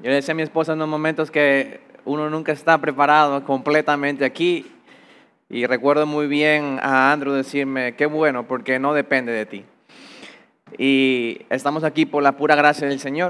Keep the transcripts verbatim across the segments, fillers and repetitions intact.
Yo le decía a mi esposa en unos momentos que uno nunca está preparado completamente aquí. Y recuerdo muy bien a Andrew decirme, qué bueno, porque no depende de ti. Y estamos aquí por la pura gracia del Señor.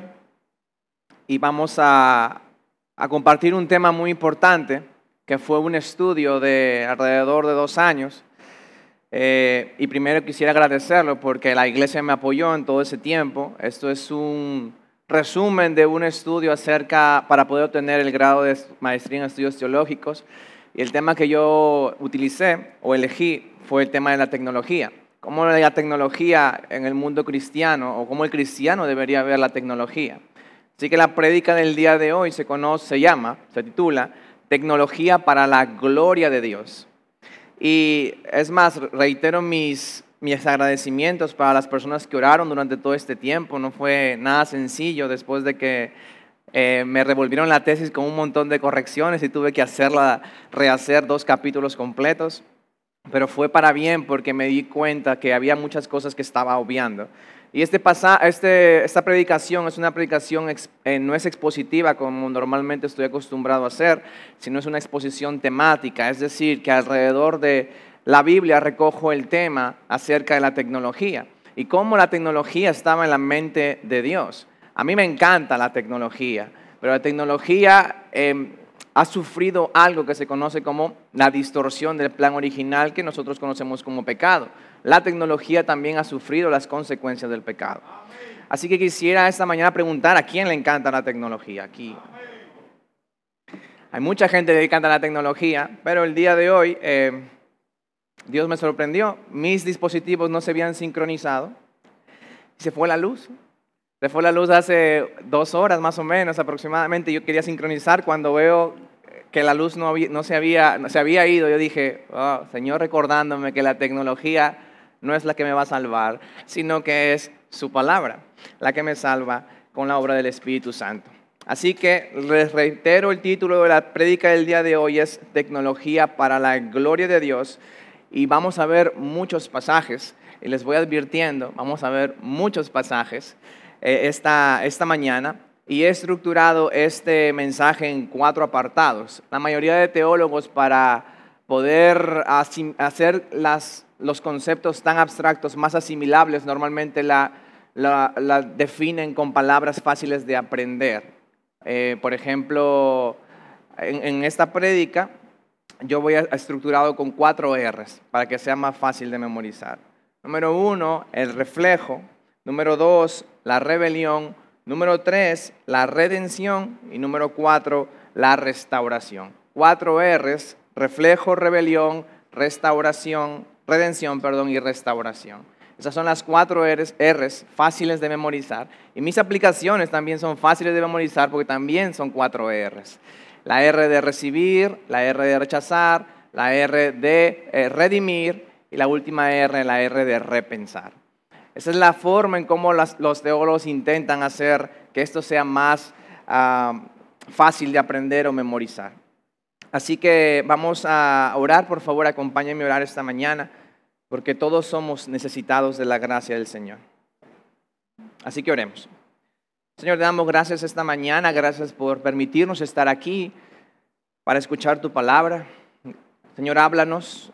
Y vamos a, a compartir un tema muy importante, que fue un estudio de alrededor de dos años. Eh, y primero quisiera agradecerlo porque la iglesia me apoyó en todo ese tiempo. Esto es un resumen de un estudio acerca para poder obtener el grado de maestría en estudios teológicos. Y el tema que yo utilicé o elegí fue el tema de la tecnología. Cómo la tecnología en el mundo cristiano o cómo el cristiano debería ver la tecnología. Así que la prédica del día de hoy se conoce, se llama, se titula Tecnología para la gloria de Dios. Y es más, reitero mis, mis agradecimientos para las personas que oraron durante todo este tiempo. No fue nada sencillo después de que eh, me revolvieron la tesis con un montón de correcciones y tuve que hacerla, rehacer dos capítulos completos. Pero fue para bien porque me di cuenta que había muchas cosas que estaba obviando. Y este pasa, este, esta predicación es una predicación, ex, eh, no es expositiva como normalmente estoy acostumbrado a hacer, sino es una exposición temática, es decir, que alrededor de la Biblia recojo el tema acerca de la tecnología y cómo la tecnología estaba en la mente de Dios. A mí me encanta la tecnología, pero la tecnología eh, ha sufrido algo que se conoce como la distorsión del plan original que nosotros conocemos como pecado. La tecnología también ha sufrido las consecuencias del pecado. Así que quisiera esta mañana preguntar a quién le encanta la tecnología aquí. Hay mucha gente que le encanta la tecnología, pero el día de hoy eh, Dios me sorprendió. Mis dispositivos no se habían sincronizado. Se fue la luz. Se fue la luz hace dos horas más o menos aproximadamente. Yo quería sincronizar cuando veo que la luz no, había, no, se, había, no se había ido. Yo dije, oh, Señor, recordándome que la tecnología no es la que me va a salvar, sino que es su palabra la que me salva con la obra del Espíritu Santo. Así que les reitero, el título de la prédica del día de hoy es Tecnología para la gloria de Dios. Y vamos a ver muchos pasajes, y les voy advirtiendo, vamos a ver muchos pasajes eh, esta, esta mañana. Y he estructurado este mensaje en cuatro apartados. La mayoría de teólogos, para poder hacer las, los conceptos tan abstractos más asimilables, normalmente la, la, la definen con palabras fáciles de aprender. Eh, por ejemplo, en, en esta prédica yo voy a estructurado con cuatro R's para que sea más fácil de memorizar. Número uno, el reflejo. Número dos, la rebelión. Número tres, la redención. Y número cuatro, la restauración. Cuatro R's, reflejo, rebelión, restauración, redención, perdón, y restauración. Esas son las cuatro R's, R's fáciles de memorizar. Y mis aplicaciones también son fáciles de memorizar porque también son cuatro R's. La R de recibir, la R de rechazar, la R de eh, redimir y la última R, la R de repensar. Esa es la forma en cómo las, los teólogos intentan hacer que esto sea más uh, fácil de aprender o memorizar. Así que vamos a orar, por favor, acompáñenme a orar esta mañana, porque todos somos necesitados de la gracia del Señor. Así que oremos. Señor, te damos gracias esta mañana, gracias por permitirnos estar aquí para escuchar tu palabra. Señor, háblanos.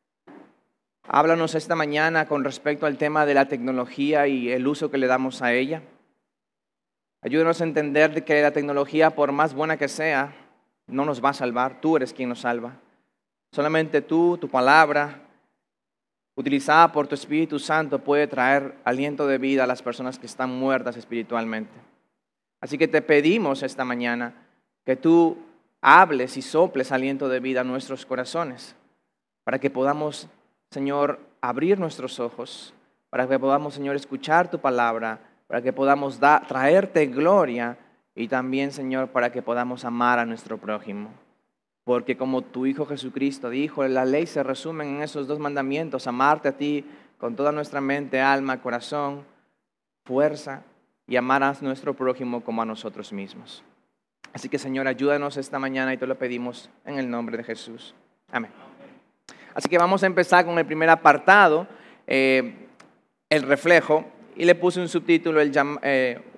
Háblanos esta mañana con respecto al tema de la tecnología y el uso que le damos a ella. Ayúdanos a entender que la tecnología, por más buena que sea, no nos va a salvar. Tú eres quien nos salva. Solamente tú, tu palabra, utilizada por tu Espíritu Santo, puede traer aliento de vida a las personas que están muertas espiritualmente. Así que te pedimos esta mañana que tú hables y soples aliento de vida a nuestros corazones, para que podamos, Señor, abrir nuestros ojos, para que podamos, Señor, escuchar tu palabra, para que podamos da, traerte gloria y también, Señor, para que podamos amar a nuestro prójimo. Porque como tu Hijo Jesucristo dijo, la ley se resume en esos dos mandamientos, amarte a ti con toda nuestra mente, alma, corazón, fuerza, y amar a nuestro prójimo como a nosotros mismos. Así que, Señor, ayúdanos esta mañana y te lo pedimos en el nombre de Jesús. Amén. Así que vamos a empezar con el primer apartado, eh, el reflejo, y le puse un subtítulo, el, eh,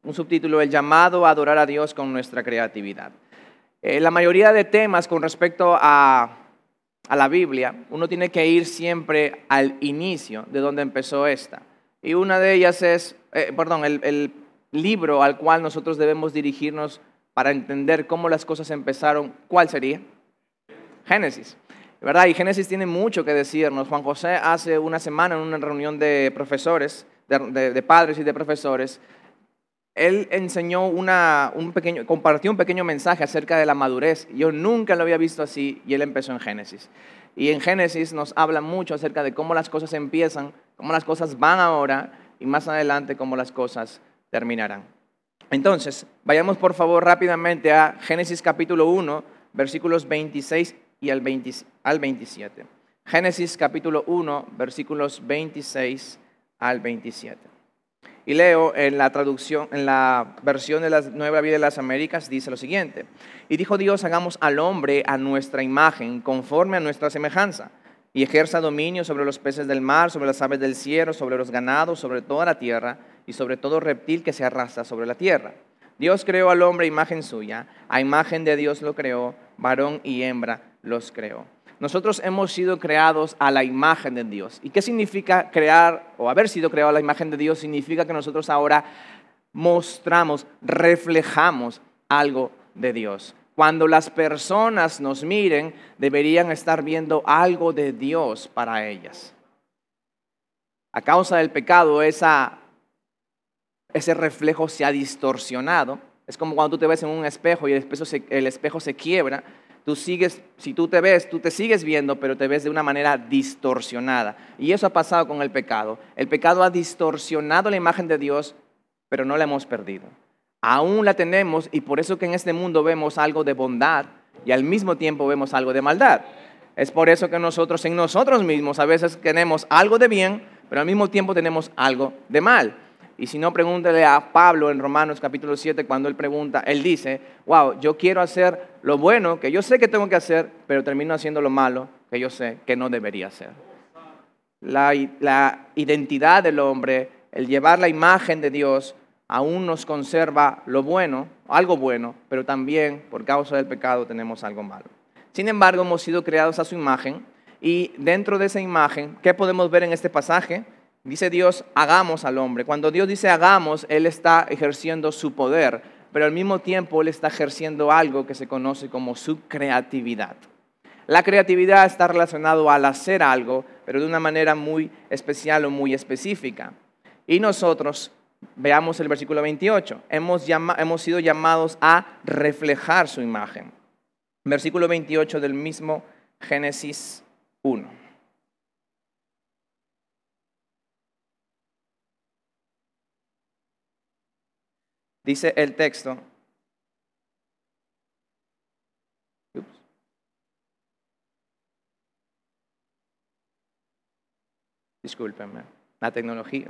un subtítulo, el llamado a adorar a Dios con nuestra creatividad. Eh, la mayoría de temas con respecto a, a la Biblia, uno tiene que ir siempre al inicio de donde empezó esta. Y una de ellas es, eh, perdón, el, el libro al cual nosotros debemos dirigirnos para entender cómo las cosas empezaron. ¿Cuál sería? Génesis, ¿verdad? Y Génesis tiene mucho que decirnos. Juan José hace una semana en una reunión de profesores, de, de, de padres y de profesores, él enseñó una, un pequeño, compartió un pequeño mensaje acerca de la madurez. Yo nunca lo había visto así y él empezó en Génesis. Y en Génesis nos habla mucho acerca de cómo las cosas empiezan, cómo las cosas van ahora y más adelante cómo las cosas terminarán. Entonces, vayamos por favor rápidamente a Génesis capítulo uno, versículos veintiséis y al, veinte, al veintisiete. Génesis capítulo uno, versículos veintiséis al veintisiete. Y leo en la traducción, en la versión de la Nueva Vida de las Américas, dice lo siguiente. Y dijo Dios, hagamos al hombre a nuestra imagen, conforme a nuestra semejanza, y ejerza dominio sobre los peces del mar, sobre las aves del cielo, sobre los ganados, sobre toda la tierra, y sobre todo reptil que se arrastra sobre la tierra. Dios creó al hombre a imagen suya, a imagen de Dios lo creó, varón y hembra los creó. Nosotros hemos sido creados a la imagen de Dios. ¿Y qué significa crear o haber sido creado a la imagen de Dios? Significa que nosotros ahora mostramos, reflejamos algo de Dios. Cuando las personas nos miren, deberían estar viendo algo de Dios para ellas. A causa del pecado, esa, ese reflejo se ha distorsionado. Es como cuando tú te ves en un espejo y el espejo se, el espejo se quiebra. Tú sigues, si tú te ves, tú te sigues viendo, pero te ves de una manera distorsionada. Y eso ha pasado con el pecado. El pecado ha distorsionado la imagen de Dios, pero no la hemos perdido. Aún la tenemos y por eso que en este mundo vemos algo de bondad y al mismo tiempo vemos algo de maldad. Es por eso que nosotros en nosotros mismos a veces tenemos algo de bien, pero al mismo tiempo tenemos algo de mal. Y si no, pregúntele a Pablo en Romanos capítulo siete, cuando él pregunta, él dice, wow, yo quiero hacer lo bueno que yo sé que tengo que hacer, pero termino haciendo lo malo que yo sé que no debería hacer. La, la identidad del hombre, el llevar la imagen de Dios, aún nos conserva lo bueno, algo bueno, pero también por causa del pecado tenemos algo malo. Sin embargo, hemos sido creados a su imagen y dentro de esa imagen, ¿qué podemos ver en este pasaje? Dice Dios, hagamos al hombre. Cuando Dios dice hagamos, Él está ejerciendo su poder, pero al mismo tiempo Él está ejerciendo algo que se conoce como su creatividad. La creatividad está relacionada al hacer algo, pero de una manera muy especial o muy específica. Y nosotros, veamos el versículo veintiocho, hemos, llama, hemos sido llamados a reflejar su imagen. Versículo veintiocho del mismo Génesis uno. Dice el texto, ups, discúlpenme, la tecnología.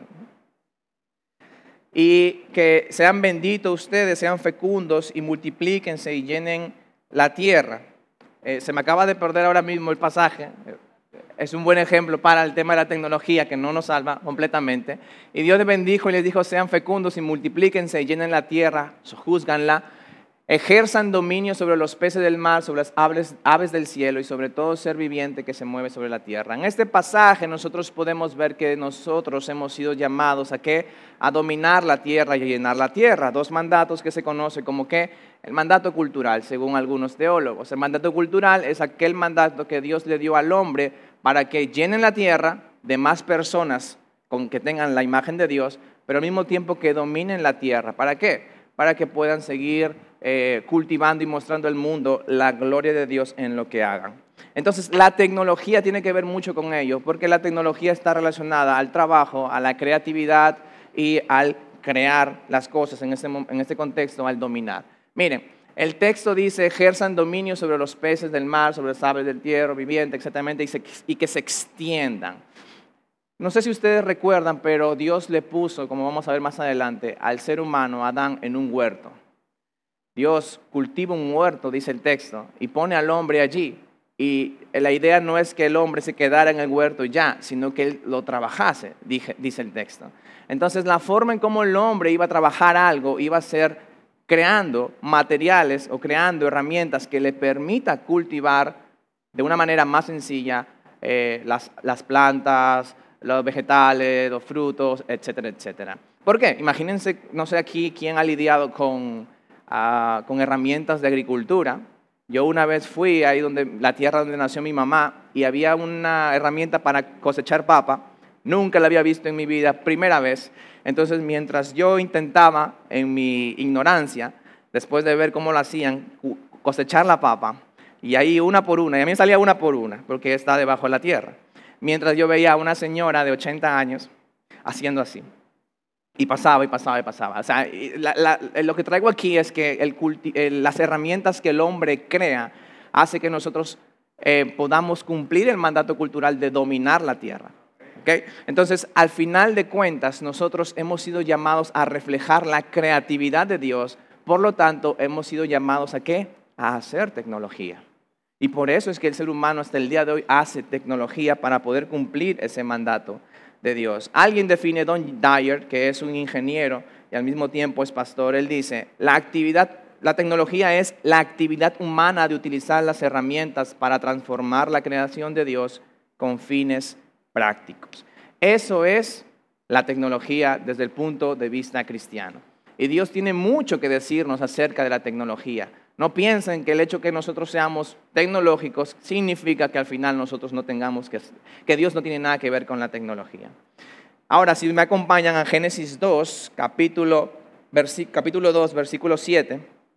Y que sean benditos ustedes, sean fecundos y multiplíquense y llenen la tierra. Eh, se me acaba de perder ahora mismo el pasaje. Es un buen ejemplo para el tema de la tecnología que no nos salva completamente. Y Dios les bendijo y les dijo, sean fecundos y multiplíquense y llenen la tierra, sojúzganla, ejerzan dominio sobre los peces del mar, sobre las aves, aves del cielo y sobre todo ser viviente que se mueve sobre la tierra. En este pasaje nosotros podemos ver que nosotros hemos sido llamados a ¿qué? A dominar la tierra y a llenar la tierra. Dos mandatos que se conocen como ¿qué? El mandato cultural, según algunos teólogos. El mandato cultural es aquel mandato que Dios le dio al hombre para que llenen la tierra de más personas con que tengan la imagen de Dios, pero al mismo tiempo que dominen la tierra. ¿Para qué? Para que puedan seguir eh, cultivando y mostrando al mundo la gloria de Dios en lo que hagan. Entonces, la tecnología tiene que ver mucho con ello, porque la tecnología está relacionada al trabajo, a la creatividad y al crear las cosas en este, en este contexto, al dominar. Miren, el texto dice, ejerzan dominio sobre los peces del mar, sobre las aves del tierra viviente, exactamente, y, se, y que se extiendan. No sé si ustedes recuerdan, pero Dios le puso, como vamos a ver más adelante, al ser humano, Adán, en un huerto. Dios cultiva un huerto, dice el texto, y pone al hombre allí. Y la idea no es que el hombre se quedara en el huerto ya, sino que él lo trabajase, dice el texto. Entonces, la forma en cómo el hombre iba a trabajar algo iba a ser creando materiales o creando herramientas que le permita cultivar de una manera más sencilla eh, las, las plantas, los vegetales, los frutos, etcétera, etcétera. ¿Por qué? Imagínense, no sé aquí quién ha lidiado con, uh, con herramientas de agricultura. Yo una vez fui ahí donde la tierra donde nació mi mamá y había una herramienta para cosechar papa. Nunca la había visto en mi vida, primera vez. Entonces, mientras yo intentaba, en mi ignorancia, después de ver cómo lo hacían, cosechar la papa, y ahí una por una, y a mí salía una por una, porque está debajo de la tierra. Mientras yo veía a una señora de ochenta años haciendo así. Y pasaba, y pasaba, y pasaba. O sea, la, la, lo que traigo aquí es que el culti el, las herramientas que el hombre crea hace que nosotros eh, podamos cumplir el mandato cultural de dominar la tierra. ¿Okay? Entonces, al final de cuentas, nosotros hemos sido llamados a reflejar la creatividad de Dios. Por lo tanto, hemos sido llamados ¿a qué? A hacer tecnología. Y por eso es que el ser humano hasta el día de hoy hace tecnología para poder cumplir ese mandato de Dios. Alguien define, Don Dyer, que es un ingeniero y al mismo tiempo es pastor, él dice, la actividad, la tecnología es la actividad humana de utilizar las herramientas para transformar la creación de Dios con fines prácticos. Eso es la tecnología desde el punto de vista cristiano. Y Dios tiene mucho que decirnos acerca de la tecnología. No piensen que el hecho que nosotros seamos tecnológicos significa que al final nosotros no tengamos que, que Dios no tiene nada que ver con la tecnología. Ahora, si me acompañan a Génesis dos, capítulo, capítulo dos, versículo siete.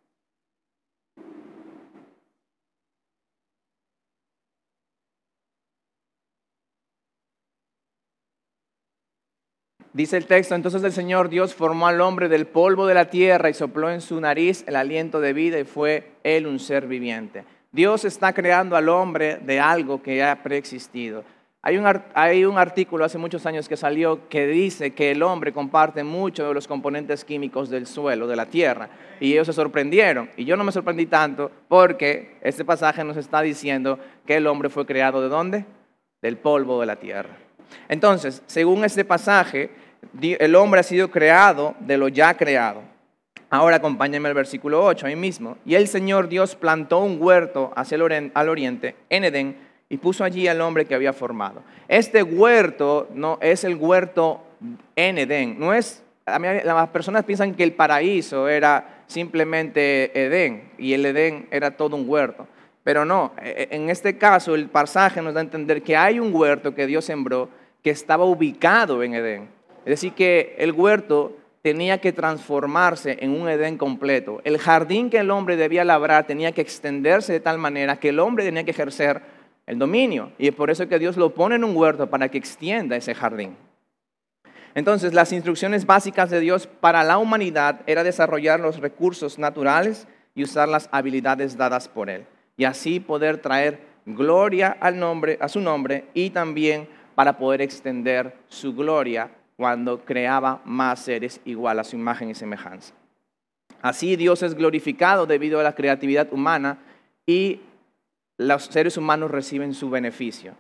Dice el texto, entonces el Señor Dios formó al hombre del polvo de la tierra y sopló en su nariz el aliento de vida y fue él un ser viviente. Dios está creando al hombre de algo que ha preexistido. Hay un, hay un artículo hace muchos años que salió que dice que el hombre comparte muchos de los componentes químicos del suelo, de la tierra, y ellos se sorprendieron. Y yo no me sorprendí tanto porque este pasaje nos está diciendo que el hombre fue creado ¿de dónde? Del polvo de la tierra. Entonces, según este pasaje, el hombre ha sido creado de lo ya creado. Ahora acompáñenme al versículo ocho, ahí mismo. Y el Señor Dios plantó un huerto hacia el al oriente, en Edén, y puso allí al hombre que había formado. Este huerto no es el huerto en Edén. No es, a mí, las personas piensan que el paraíso era simplemente Edén, y el Edén era todo un huerto. Pero no, en este caso el pasaje nos da a entender que hay un huerto que Dios sembró que estaba ubicado en Edén. Es decir, que el huerto tenía que transformarse en un Edén completo. El jardín que el hombre debía labrar tenía que extenderse de tal manera que el hombre tenía que ejercer el dominio. Y es por eso que Dios lo pone en un huerto para que extienda ese jardín. Entonces, las instrucciones básicas de Dios para la humanidad era desarrollar los recursos naturales y usar las habilidades dadas por Él. Y así poder traer gloria al nombre, a su nombre y también para poder extender su gloria cuando creaba más seres igual a su imagen y semejanza. Así Dios es glorificado debido a la creatividad humana y los seres humanos reciben su beneficio.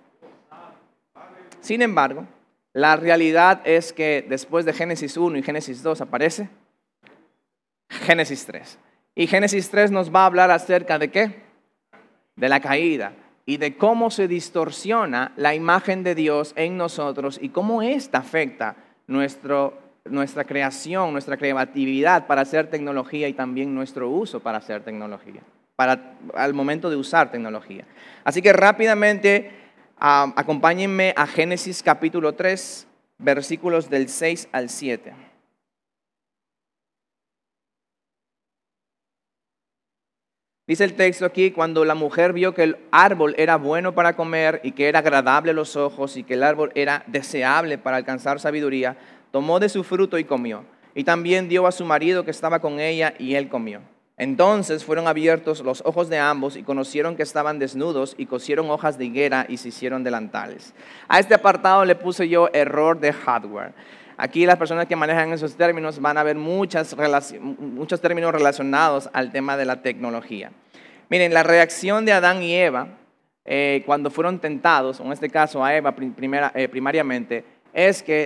Sin embargo, la realidad es que después de Génesis uno y Génesis dos aparece Génesis tres. Y Génesis tres nos va a hablar acerca de ¿qué? De la caída y de cómo se distorsiona la imagen de Dios en nosotros y cómo esta afecta nuestro, nuestra creación, nuestra creatividad para hacer tecnología y también nuestro uso para hacer tecnología, para, al momento de usar tecnología. Así que rápidamente um, acompáñenme a Génesis capítulo tres, versículos del seis al siete. Dice el texto aquí, cuando la mujer vio que el árbol era bueno para comer y que era agradable a los ojos y que el árbol era deseable para alcanzar sabiduría, tomó de su fruto y comió. Y también dio a su marido que estaba con ella y él comió. Entonces fueron abiertos los ojos de ambos y conocieron que estaban desnudos y cosieron hojas de higuera y se hicieron delantales. A este apartado le puse yo error de hardware. Aquí las personas que manejan esos términos van a ver muchas muchos términos relacionados al tema de la tecnología. Miren, la reacción de Adán y Eva eh, cuando fueron tentados, en este caso a Eva primera, eh, primariamente, es que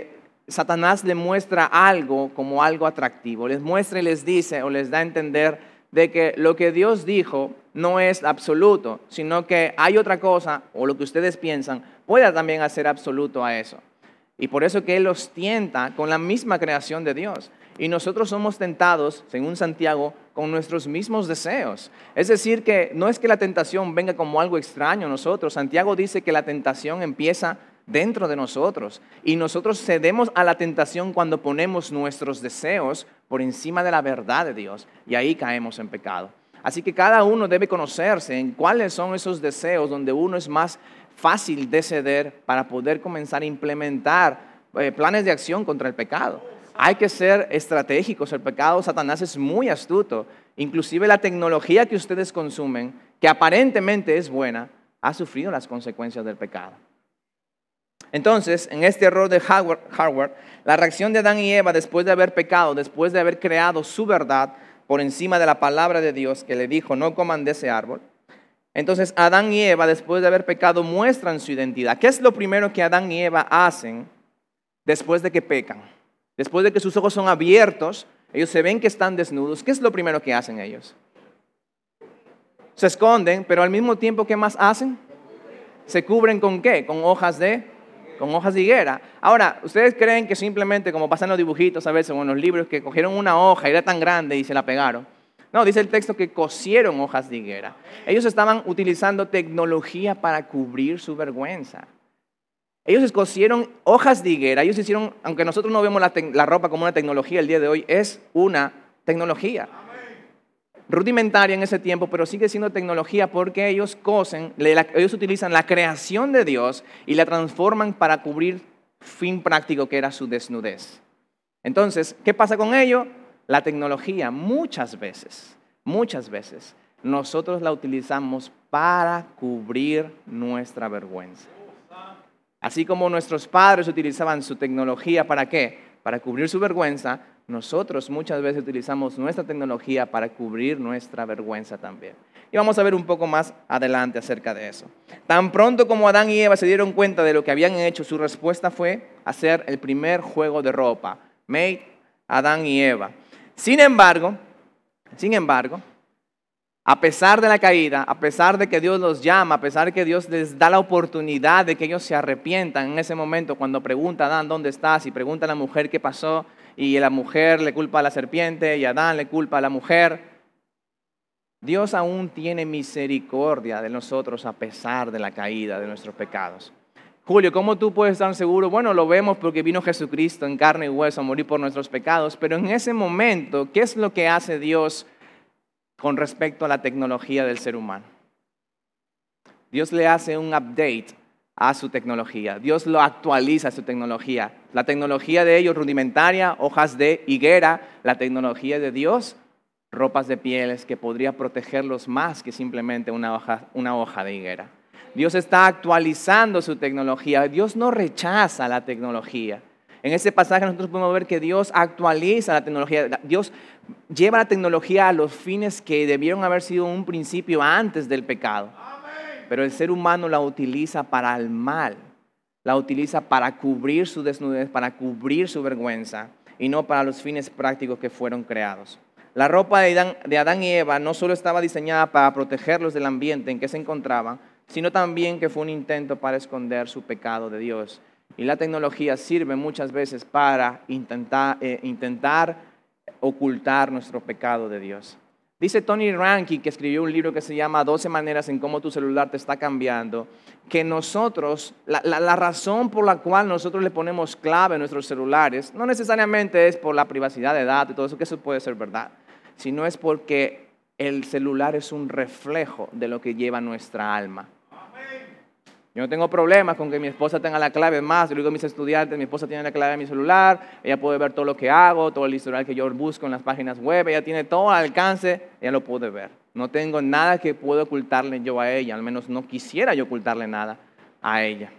Satanás le muestra algo como algo atractivo. Les muestra y les dice o les da a entender de que lo que Dios dijo no es absoluto, sino que hay otra cosa, o lo que ustedes piensan, pueda también hacer absoluto a eso. Y por eso que Él los tienta con la misma creación de Dios. Y nosotros somos tentados, según Santiago, con nuestros mismos deseos. Es decir, que no es que la tentación venga como algo extraño a nosotros. Santiago dice que la tentación empieza dentro de nosotros. Y nosotros cedemos a la tentación cuando ponemos nuestros deseos por encima de la verdad de Dios. Y ahí caemos en pecado. Así que cada uno debe conocerse en cuáles son esos deseos donde uno es más fácil de ceder para poder comenzar a implementar eh, planes de acción contra el pecado. Hay que ser estratégicos. El pecado, Satanás es muy astuto. Inclusive la tecnología que ustedes consumen, que aparentemente es buena, ha sufrido las consecuencias del pecado. Entonces, en este error de Howard, Howard, la reacción de Adán y Eva después de haber pecado, después de haber creado su verdad por encima de la palabra de Dios que le dijo, no coman de ese árbol. Entonces, Adán y Eva, después de haber pecado, muestran su identidad. ¿Qué es lo primero que Adán y Eva hacen después de que pecan? Después de que sus ojos son abiertos, ellos se ven que están desnudos. ¿Qué es lo primero que hacen ellos? Se esconden, pero al mismo tiempo, ¿qué más hacen? ¿Se cubren con qué? Con hojas de, con hojas de higuera. Ahora, ¿ustedes creen que simplemente, como pasan los dibujitos a veces o en los libros, que cogieron una hoja y era tan grande y se la pegaron? No, dice el texto que cosieron hojas de higuera. Ellos estaban utilizando tecnología para cubrir su vergüenza. Ellos cosieron hojas de higuera. Ellos hicieron, aunque nosotros no vemos la, la ropa como una tecnología el día de hoy, es una tecnología. Rudimentaria en ese tiempo, pero sigue siendo tecnología porque ellos cosen, ellos utilizan la creación de Dios y la transforman para cubrir fin práctico que era su desnudez. Entonces, ¿qué pasa con ello? La tecnología muchas veces, muchas veces, nosotros la utilizamos para cubrir nuestra vergüenza. Así como nuestros padres utilizaban su tecnología, ¿para qué? Para cubrir su vergüenza, nosotros muchas veces utilizamos nuestra tecnología para cubrir nuestra vergüenza también. Y vamos a ver un poco más adelante acerca de eso. Tan pronto como Adán y Eva se dieron cuenta de lo que habían hecho, su respuesta fue hacer el primer juego de ropa. Made Adán y Eva. Sin embargo, sin embargo, a pesar de la caída, a pesar de que Dios los llama, a pesar de que Dios les da la oportunidad de que ellos se arrepientan en ese momento cuando pregunta a Adán, ¿dónde estás? Y pregunta a la mujer qué pasó, y la mujer le culpa a la serpiente y Adán le culpa a la mujer. Dios aún tiene misericordia de nosotros a pesar de la caída de nuestros pecados. Julio, ¿cómo tú puedes estar seguro? Bueno, lo vemos porque vino Jesucristo en carne y hueso a morir por nuestros pecados, pero en ese momento, ¿qué es lo que hace Dios con respecto a la tecnología del ser humano? Dios le hace un update a su tecnología. Dios lo actualiza a su tecnología. La tecnología de ellos rudimentaria, hojas de higuera. La tecnología de Dios, ropas de pieles que podría protegerlos más que simplemente una hoja, una hoja de higuera. Dios está actualizando su tecnología. Dios no rechaza la tecnología. En ese pasaje nosotros podemos ver que Dios actualiza la tecnología. Dios lleva la tecnología a los fines que debieron haber sido un principio antes del pecado. Pero el ser humano la utiliza para el mal. La utiliza para cubrir su desnudez, para cubrir su vergüenza y no para los fines prácticos que fueron creados. La ropa de Adán, de Adán y Eva no solo estaba diseñada para protegerlos del ambiente en que se encontraban, sino también que fue un intento para esconder su pecado de Dios. Y la tecnología sirve muchas veces para intentar, eh, intentar ocultar nuestro pecado de Dios. Dice Tony Reinke, que escribió un libro que se llama doce maneras en cómo tu celular te está cambiando, que nosotros, la, la, la razón por la cual nosotros le ponemos clave a nuestros celulares, no necesariamente es por la privacidad de datos y todo eso, que eso puede ser verdad, sino es porque el celular es un reflejo de lo que lleva nuestra alma. Yo no tengo problemas con que mi esposa tenga la clave más. Yo le digo a mis estudiantes, mi esposa tiene la clave de mi celular, ella puede ver todo lo que hago, todo el historial que yo busco en las páginas web, ella tiene todo al alcance, ella lo puede ver. No tengo nada que pueda ocultarle yo a ella, al menos no quisiera yo ocultarle nada a ella.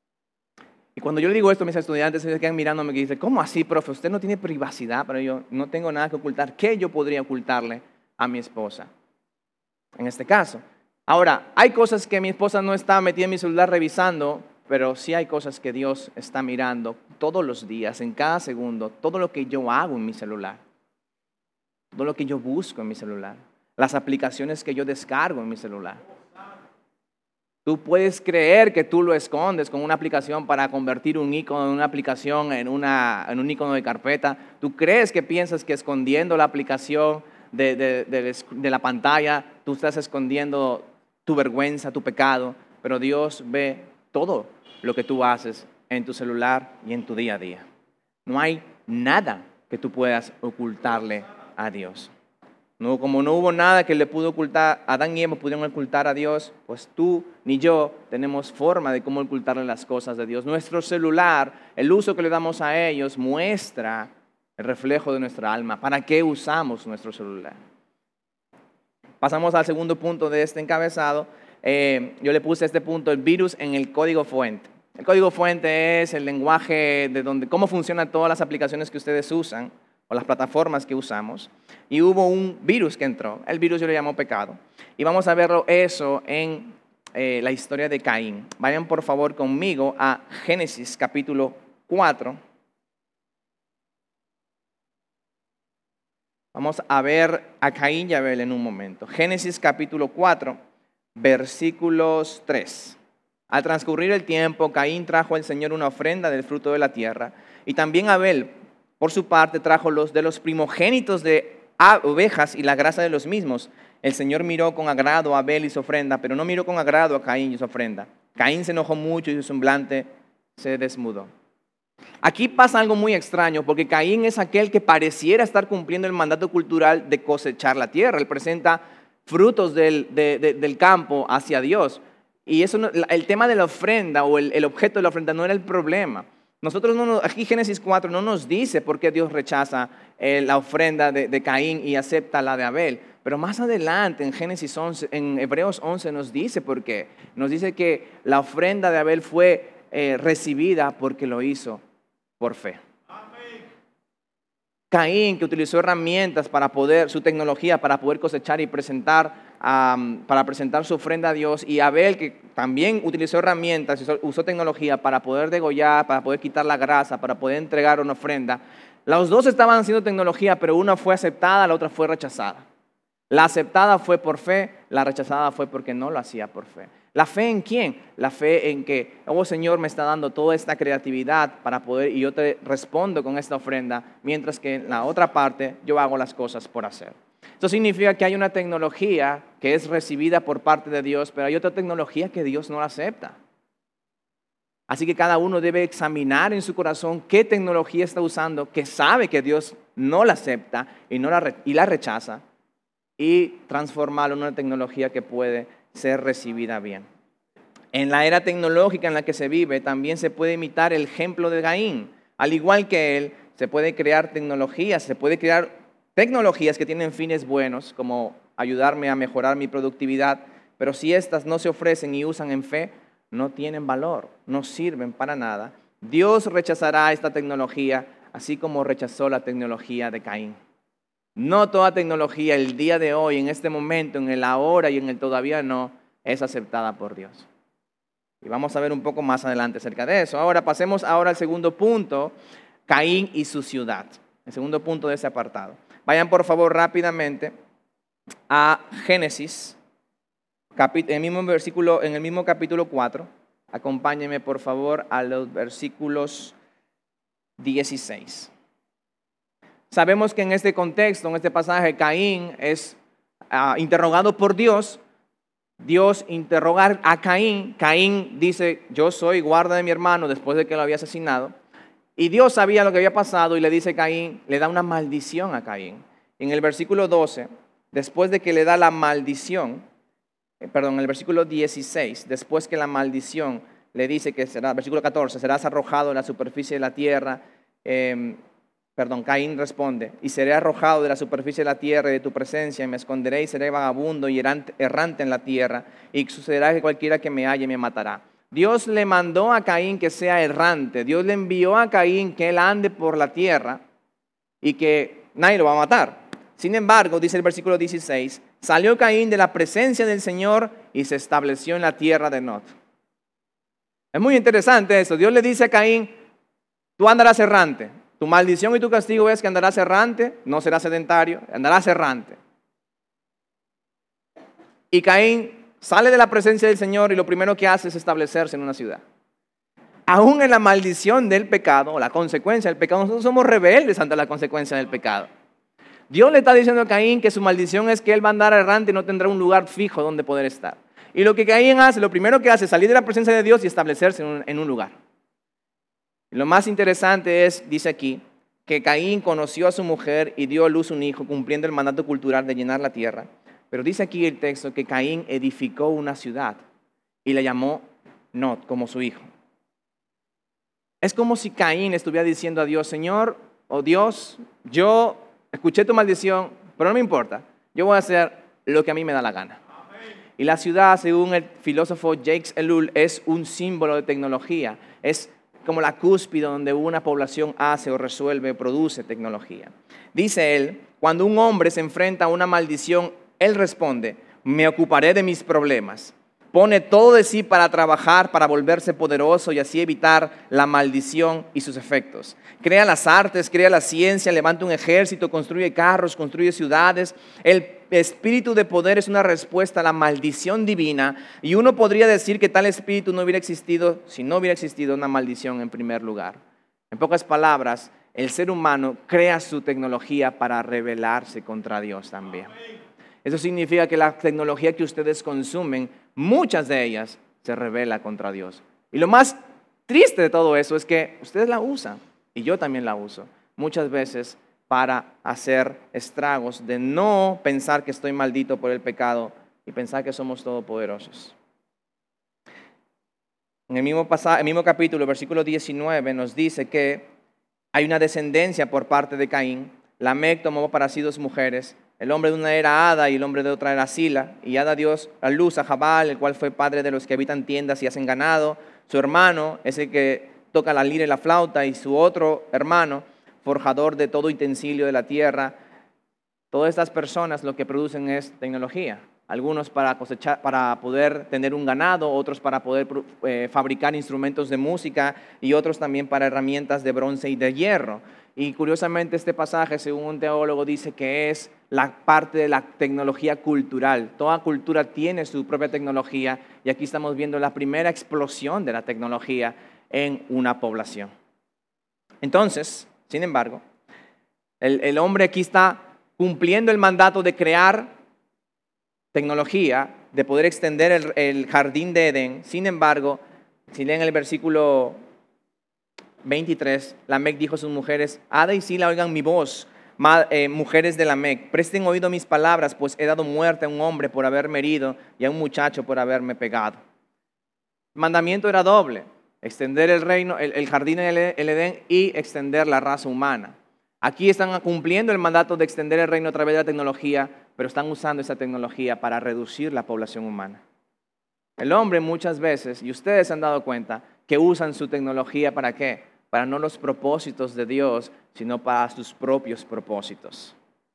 Y cuando yo le digo esto a mis estudiantes, se quedan mirándome y dicen, ¿cómo así, profe? Usted no tiene privacidad, pero yo no tengo nada que ocultar. ¿Qué yo podría ocultarle a mi esposa? En este caso. Ahora, hay cosas que mi esposa no está metida en mi celular revisando pero sí hay cosas que Dios está mirando todos los días, en cada segundo, todo lo que yo hago en mi celular, todo lo que yo busco en mi celular, las aplicaciones que yo descargo en mi celular. Tú puedes creer que tú lo escondes con una aplicación para convertir un icono de una aplicación en, una, en un icono de carpeta. Tú crees que piensas que escondiendo la aplicación de, de, de, de la pantalla, tú estás escondiendo tu vergüenza, tu pecado, pero Dios ve todo lo que tú haces en tu celular y en tu día a día. No hay nada que tú puedas ocultarle a Dios. No, como no hubo nada que le pudo ocultar, Adán y Eva pudieron ocultar a Dios, pues tú ni yo tenemos forma de cómo ocultarle las cosas de Dios. Nuestro celular, el uso que le damos a ellos, muestra el reflejo de nuestra alma. ¿Para qué usamos nuestro celular? Pasamos al segundo punto de este encabezado. Eh, yo le puse a este punto el virus en el código fuente. El código fuente es el lenguaje de donde, cómo funcionan todas las aplicaciones que ustedes usan, o las plataformas que usamos, y hubo un virus que entró. El virus yo le llamo pecado. Y vamos a verlo eso en eh, la historia de Caín. Vayan por favor conmigo a Génesis capítulo cuatro. Vamos a ver a Caín y Abel en un momento. Génesis capítulo cuatro, versículos tres. Al transcurrir el tiempo, Caín trajo al Señor una ofrenda del fruto de la tierra, y también Abel, por su parte, trajo los de los primogénitos de ovejas y la grasa de los mismos. El Señor miró con agrado a Abel y su ofrenda, pero no miró con agrado a Caín y su ofrenda. Caín se enojó mucho y su semblante se desmudó. Aquí pasa algo muy extraño, porque Caín es aquel que pareciera estar cumpliendo el mandato cultural de cosechar la tierra. Él presenta frutos del, de, de, del campo hacia Dios. Y eso no, el tema de la ofrenda o el, el objeto de la ofrenda no era el problema. Nosotros no nos, aquí Génesis cuatro no nos dice por qué Dios rechaza eh, la ofrenda de, de Caín y acepta la de Abel. Pero más adelante en Génesis once, en Hebreos once nos dice por qué. Nos dice que la ofrenda de Abel fue eh, recibida porque lo hizo por fe. Amén. Caín, que utilizó herramientas para poder, su tecnología para poder cosechar y presentar Um, para presentar su ofrenda a Dios, y Abel, que también utilizó herramientas, usó, usó tecnología para poder degollar, para poder quitar la grasa, para poder entregar una ofrenda. Los dos estaban haciendo tecnología, pero una fue aceptada, la otra fue rechazada. La aceptada fue por fe, la rechazada fue porque no lo hacía por fe. ¿La fe en quién? La fe en que, oh Señor, me está dando toda esta creatividad para poder, y yo te respondo con esta ofrenda, mientras que en la otra parte yo hago las cosas por hacer. Esto significa que hay una tecnología que es recibida por parte de Dios, pero hay otra tecnología que Dios no la acepta. Así que cada uno debe examinar en su corazón qué tecnología está usando, que sabe que Dios no la acepta y, no la, y la rechaza, y transformarlo en una tecnología que puede ser recibida bien. En la era tecnológica en la que se vive, también se puede imitar el ejemplo de Caín. Al igual que él, se puede crear tecnologías, se puede crear tecnologías que tienen fines buenos, como ayudarme a mejorar mi productividad, pero si estas no se ofrecen y usan en fe, no tienen valor, no sirven para nada. Dios rechazará esta tecnología, así como rechazó la tecnología de Caín. No toda tecnología el día de hoy, en este momento, en el ahora y en el todavía no, es aceptada por Dios. Y vamos a ver un poco más adelante acerca de eso. Ahora pasemos ahora al segundo punto, Caín y su ciudad. El segundo punto de ese apartado. Vayan por favor rápidamente a Génesis, en el mismo versículo, en el mismo capítulo cuatro. Acompáñenme por favor a los versículos dieciséis. Sabemos que en este contexto, en este pasaje, Caín es uh, interrogado por Dios. Dios interroga a Caín. Caín dice, yo soy guarda de mi hermano después de que lo había asesinado. Y Dios sabía lo que había pasado y le dice a Caín, le da una maldición a Caín. En el versículo doce, después de que le da la maldición, eh, perdón, en el versículo dieciséis, después que la maldición le dice que será, versículo catorce, serás arrojado en la superficie de la tierra, eh, perdón, Caín responde, y seré arrojado de la superficie de la tierra y de tu presencia, y me esconderé y seré vagabundo y errante, errante en la tierra, y sucederá que cualquiera que me halle me matará. Dios le mandó a Caín que sea errante. Dios le envió a Caín que él ande por la tierra y que nadie lo va a matar. Sin embargo, dice el versículo dieciséis, salió Caín de la presencia del Señor y se estableció en la tierra de Nod. Es muy interesante eso. Dios le dice a Caín, tú andarás errante. Tu maldición y tu castigo es que andarás errante, no serás sedentario, andarás errante. Y Caín sale de la presencia del Señor y lo primero que hace es establecerse en una ciudad. Aún en la maldición del pecado, o la consecuencia del pecado, nosotros somos rebeldes ante la consecuencia del pecado. Dios le está diciendo a Caín que su maldición es que él va a andar errante y no tendrá un lugar fijo donde poder estar. Y lo que Caín hace, lo primero que hace es salir de la presencia de Dios y establecerse en un, en un lugar. Y lo más interesante es, dice aquí, que Caín conoció a su mujer y dio a luz un hijo, cumpliendo el mandato cultural de llenar la tierra. Pero dice aquí el texto que Caín edificó una ciudad y le llamó Nod como su hijo. Es como si Caín estuviera diciendo a Dios, Señor, oh Dios, yo escuché tu maldición, pero no me importa, yo voy a hacer lo que a mí me da la gana. Y la ciudad, según el filósofo Jacques Ellul, es un símbolo de tecnología, es como la cúspide donde una población hace o resuelve o produce tecnología. Dice él, cuando un hombre se enfrenta a una maldición, él responde, me ocuparé de mis problemas. Pone todo de sí para trabajar, para volverse poderoso y así evitar la maldición y sus efectos. Crea las artes, crea la ciencia, levanta un ejército, construye carros, construye ciudades. El espíritu de poder es una respuesta a la maldición divina y uno podría decir que tal espíritu no hubiera existido si no hubiera existido una maldición en primer lugar. En pocas palabras, el ser humano crea su tecnología para rebelarse contra Dios también. Eso significa que la tecnología que ustedes consumen, muchas de ellas se rebela contra Dios. Y lo más triste de todo eso es que ustedes la usan, y yo también la uso, muchas veces para hacer estragos de no pensar que estoy maldito por el pecado y pensar que somos todopoderosos. En el mismo, pasaje, el mismo capítulo, versículo diecinueve, nos dice que hay una descendencia por parte de Caín. Lamec tomó para sí dos mujeres. El hombre de una era Ada y el hombre de otra era Sila. Y Ada dio a luz a Jabal, el cual fue padre de los que habitan tiendas y hacen ganado. Su hermano es el que toca la lira y la flauta. Y su otro hermano, forjador de todo utensilio de la tierra. Todas estas personas lo que producen es tecnología. Algunos para cosechar, para poder tener un ganado, otros para poder eh, fabricar instrumentos de música y otros también para herramientas de bronce y de hierro. Y curiosamente este pasaje, según un teólogo, dice que es la parte de la tecnología cultural. Toda cultura tiene su propia tecnología y aquí estamos viendo la primera explosión de la tecnología en una población. Entonces, sin embargo, el, el hombre aquí está cumpliendo el mandato de crear tecnología, de poder extender el, el jardín de Edén. Sin embargo, si leen el versículo veintitrés, Lamec dijo a sus mujeres, Ada y Sila, oigan mi voz, ma, eh, mujeres de Lamec, presten oído a mis palabras, pues he dado muerte a un hombre por haberme herido y a un muchacho por haberme pegado. El mandamiento era doble, extender el reino, el, el jardín del el Edén y extender la raza humana. Aquí están cumpliendo el mandato de extender el reino a través de la tecnología, pero están usando esa tecnología para reducir la población humana. El hombre muchas veces, y ustedes se han dado cuenta, que usan su tecnología ¿para qué? Para no los propósitos de Dios, sino para sus propios propósitos.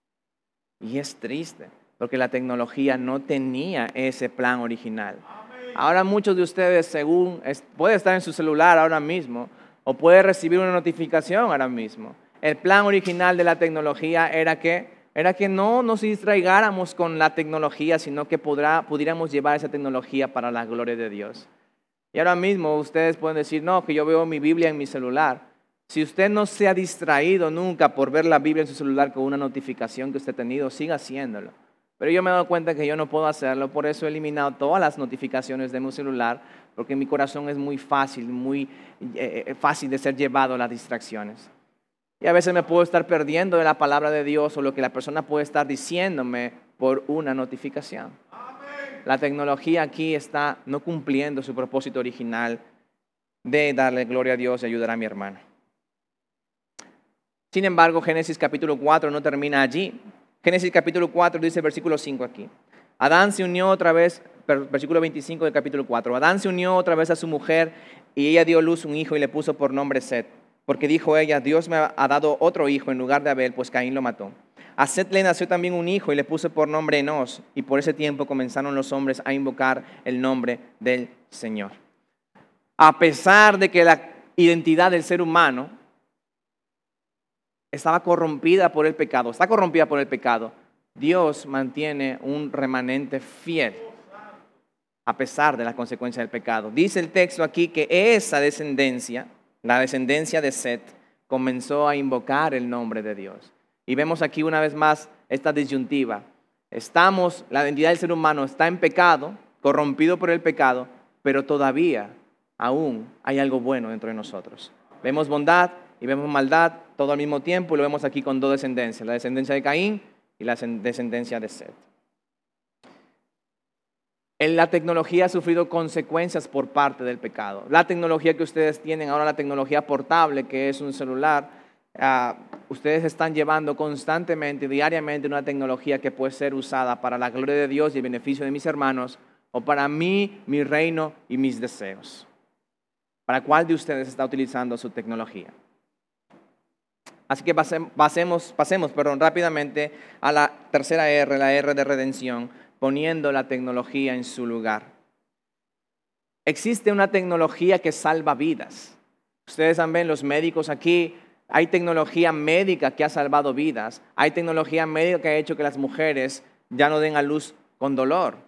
Y es triste, porque la tecnología no tenía ese plan original. Ahora muchos de ustedes, según, puede estar en su celular ahora mismo, o puede recibir una notificación ahora mismo. El plan original de la tecnología era que, era que no nos distraigáramos con la tecnología, sino que podrá, pudiéramos llevar esa tecnología para la gloria de Dios. Y ahora mismo ustedes pueden decir, no, que yo veo mi Biblia en mi celular. Si usted no se ha distraído nunca por ver la Biblia en su celular con una notificación que usted ha tenido, siga haciéndolo. Pero yo me he dado cuenta que yo no puedo hacerlo, por eso he eliminado todas las notificaciones de mi celular, porque mi corazón es muy fácil, muy eh, fácil de ser llevado a las distracciones. Y a veces me puedo estar perdiendo de la palabra de Dios o lo que la persona puede estar diciéndome por una notificación. Amén. La tecnología aquí está no cumpliendo su propósito original de darle gloria a Dios y ayudar a mi hermano. Sin embargo, Génesis capítulo cuatro no termina allí. Génesis capítulo cuatro dice versículo cinco aquí. Adán se unió otra vez, versículo veinticinco del capítulo cuatro. Adán se unió otra vez a su mujer y ella dio a luz un hijo y le puso por nombre Set. Porque dijo ella, Dios me ha dado otro hijo en lugar de Abel, pues Caín lo mató. A Set le nació también un hijo y le puso por nombre Enos. Y por ese tiempo comenzaron los hombres a invocar el nombre del Señor. A pesar de que la identidad del ser humano estaba corrompida por el pecado, está corrompida por el pecado, Dios mantiene un remanente fiel a pesar de las consecuencias del pecado. Dice el texto aquí que esa descendencia, la descendencia de Set, comenzó a invocar el nombre de Dios. Y vemos aquí una vez más esta disyuntiva. Estamos, la identidad del ser humano está en pecado, corrompido por el pecado, pero todavía aún hay algo bueno dentro de nosotros. Vemos bondad y vemos maldad todo al mismo tiempo, y lo vemos aquí con dos descendencias, la descendencia de Caín y la descendencia de Set. La tecnología ha sufrido consecuencias por parte del pecado. La tecnología que ustedes tienen ahora, la tecnología portable, que es un celular, uh, ustedes están llevando constantemente, diariamente, una tecnología que puede ser usada para la gloria de Dios y el beneficio de mis hermanos, o para mí, mi reino y mis deseos. ¿Para cuál de ustedes está utilizando su tecnología? Así que pasemos, pasemos, pasemos perdón, rápidamente a la tercera R, la R de redención, poniendo la tecnología en su lugar. Existe una tecnología que salva vidas. Ustedes ven los médicos aquí, hay tecnología médica que ha salvado vidas. Hay tecnología médica que ha hecho que las mujeres ya no den a luz con dolor.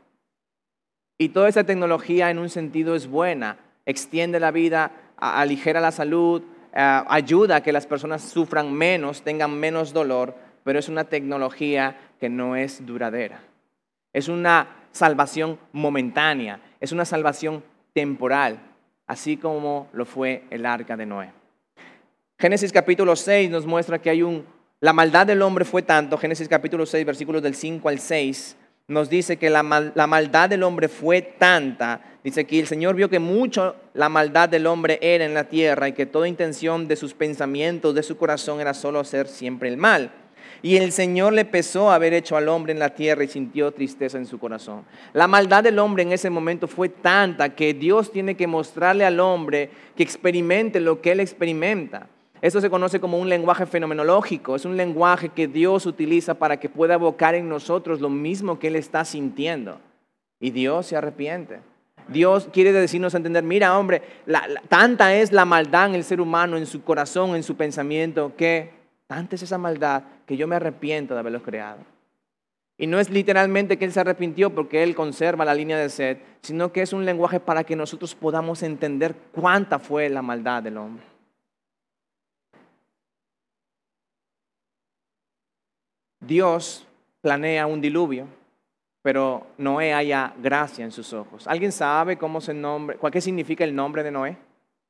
Y toda esa tecnología en un sentido es buena. Extiende la vida, aligera la salud, ayuda a que las personas sufran menos, tengan menos dolor, pero es una tecnología que no es duradera. Es una salvación momentánea, es una salvación temporal, así como lo fue el arca de Noé. Génesis capítulo seis nos muestra que hay un, la maldad del hombre fue tanto, Génesis capítulo seis, versículos del cinco al seis, nos dice que la, mal, la maldad del hombre fue tanta, dice aquí, el Señor vio que mucho la maldad del hombre era en la tierra y que toda intención de sus pensamientos, de su corazón era solo hacer siempre el mal. Y el Señor le pesó haber hecho al hombre en la tierra y sintió tristeza en su corazón. La maldad del hombre en ese momento fue tanta que Dios tiene que mostrarle al hombre que experimente lo que él experimenta. Esto se conoce como un lenguaje fenomenológico. Es un lenguaje que Dios utiliza para que pueda evocar en nosotros lo mismo que él está sintiendo. Y Dios se arrepiente. Dios quiere decirnos a entender, mira hombre, la, la, tanta es la maldad en el ser humano, en su corazón, en su pensamiento, que tanta es esa maldad que yo me arrepiento de haberlos creado. Y no es literalmente que Él se arrepintió porque Él conserva la línea de Set, sino que es un lenguaje para que nosotros podamos entender cuánta fue la maldad del hombre. Dios planea un diluvio, pero Noé halla gracia en sus ojos. ¿Alguien sabe cómo se nombre, qué significa el nombre de Noé?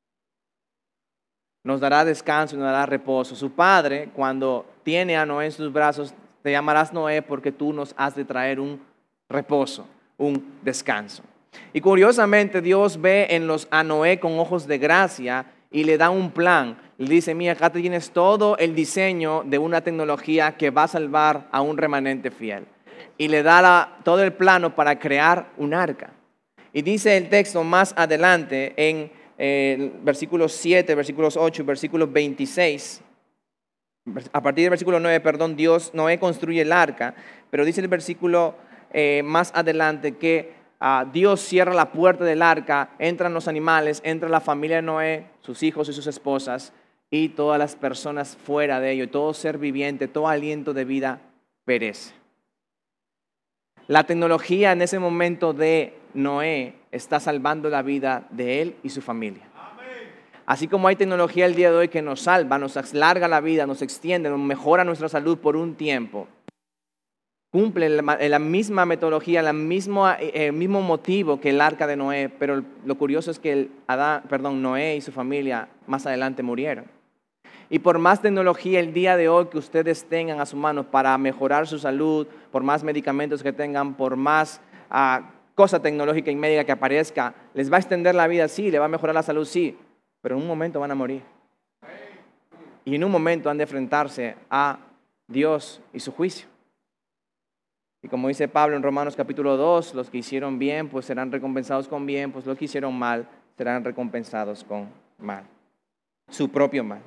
Nos dará descanso y nos dará reposo. Su padre, cuando tiene a Noé en sus brazos, te llamarás Noé porque tú nos has de traer un reposo, un descanso. Y curiosamente Dios ve en los, a Noé con ojos de gracia y le da un plan. Le dice, mira, acá te tienes todo el diseño de una tecnología que va a salvar a un remanente fiel. Y le da la, todo el plano para crear un arca. Y dice el texto más adelante en eh, versículos siete, versículos ocho, versículos veintiséis. A partir del versículo nueve, perdón, Dios, Noé construye el arca, pero dice el versículo eh, más adelante que uh, Dios cierra la puerta del arca, entran los animales, entra la familia de Noé, sus hijos y sus esposas, y todas las personas fuera de ello, todo ser viviente, todo aliento de vida perece. La tecnología en ese momento de Noé está salvando la vida de él y su familia. Así como hay tecnología el día de hoy que nos salva, nos alarga la vida, nos extiende, nos mejora nuestra salud por un tiempo, cumple la, la misma metodología, la mismo, el mismo motivo que el arca de Noé, pero lo curioso es que el Adán, perdón, Noé y su familia más adelante murieron. Y por más tecnología el día de hoy que ustedes tengan a su mano para mejorar su salud, por más medicamentos que tengan, por más uh, cosa tecnológica y médica que aparezca, les va a extender la vida, sí, le va a mejorar la salud, sí, pero en un momento van a morir. Y en un momento han de enfrentarse a Dios y su juicio. Y como dice Pablo en Romanos capítulo dos, los que hicieron bien, pues serán recompensados con bien, pues los que hicieron mal, serán recompensados con mal. Su propio mal.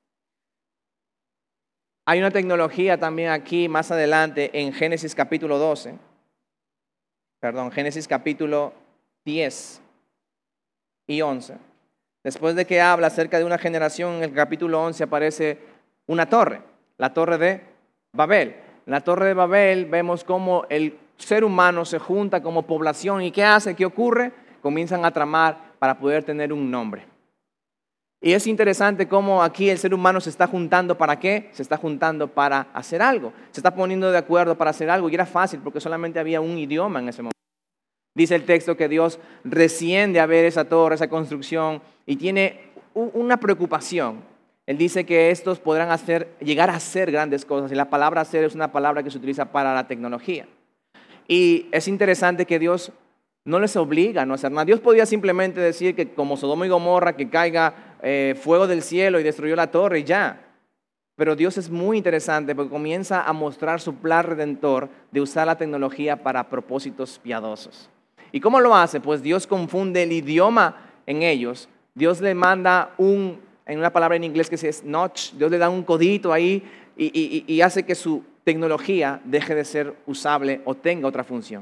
Hay una tecnología también aquí más adelante en Génesis capítulo doce, perdón, Génesis capítulo diez y once. Después de que habla acerca de una generación, en el capítulo once aparece una torre, la torre de Babel. En la torre de Babel vemos cómo el ser humano se junta como población. ¿Y qué hace? ¿Qué ocurre? Comienzan a tramar para poder tener un nombre. Y es interesante cómo aquí el ser humano se está juntando. ¿Para qué? Se está juntando para hacer algo. Se está poniendo de acuerdo para hacer algo. Y era fácil porque solamente había un idioma en ese momento. Dice el texto que Dios desciende a ver esa torre, esa construcción, y tiene una preocupación. Él dice que estos podrán hacer, llegar a hacer grandes cosas. Y la palabra hacer es una palabra que se utiliza para la tecnología. Y es interesante que Dios no les obliga a no hacer nada. Dios podía simplemente decir que como Sodoma y Gomorra, que caiga eh, fuego del cielo y destruyó la torre y ya. Pero Dios es muy interesante porque comienza a mostrar su plan redentor de usar la tecnología para propósitos piadosos. ¿Y cómo lo hace? Pues Dios confunde el idioma en ellos. Dios le manda un, en una palabra en inglés que es notch, Dios le da un codito ahí y, y, y hace que su tecnología deje de ser usable o tenga otra función.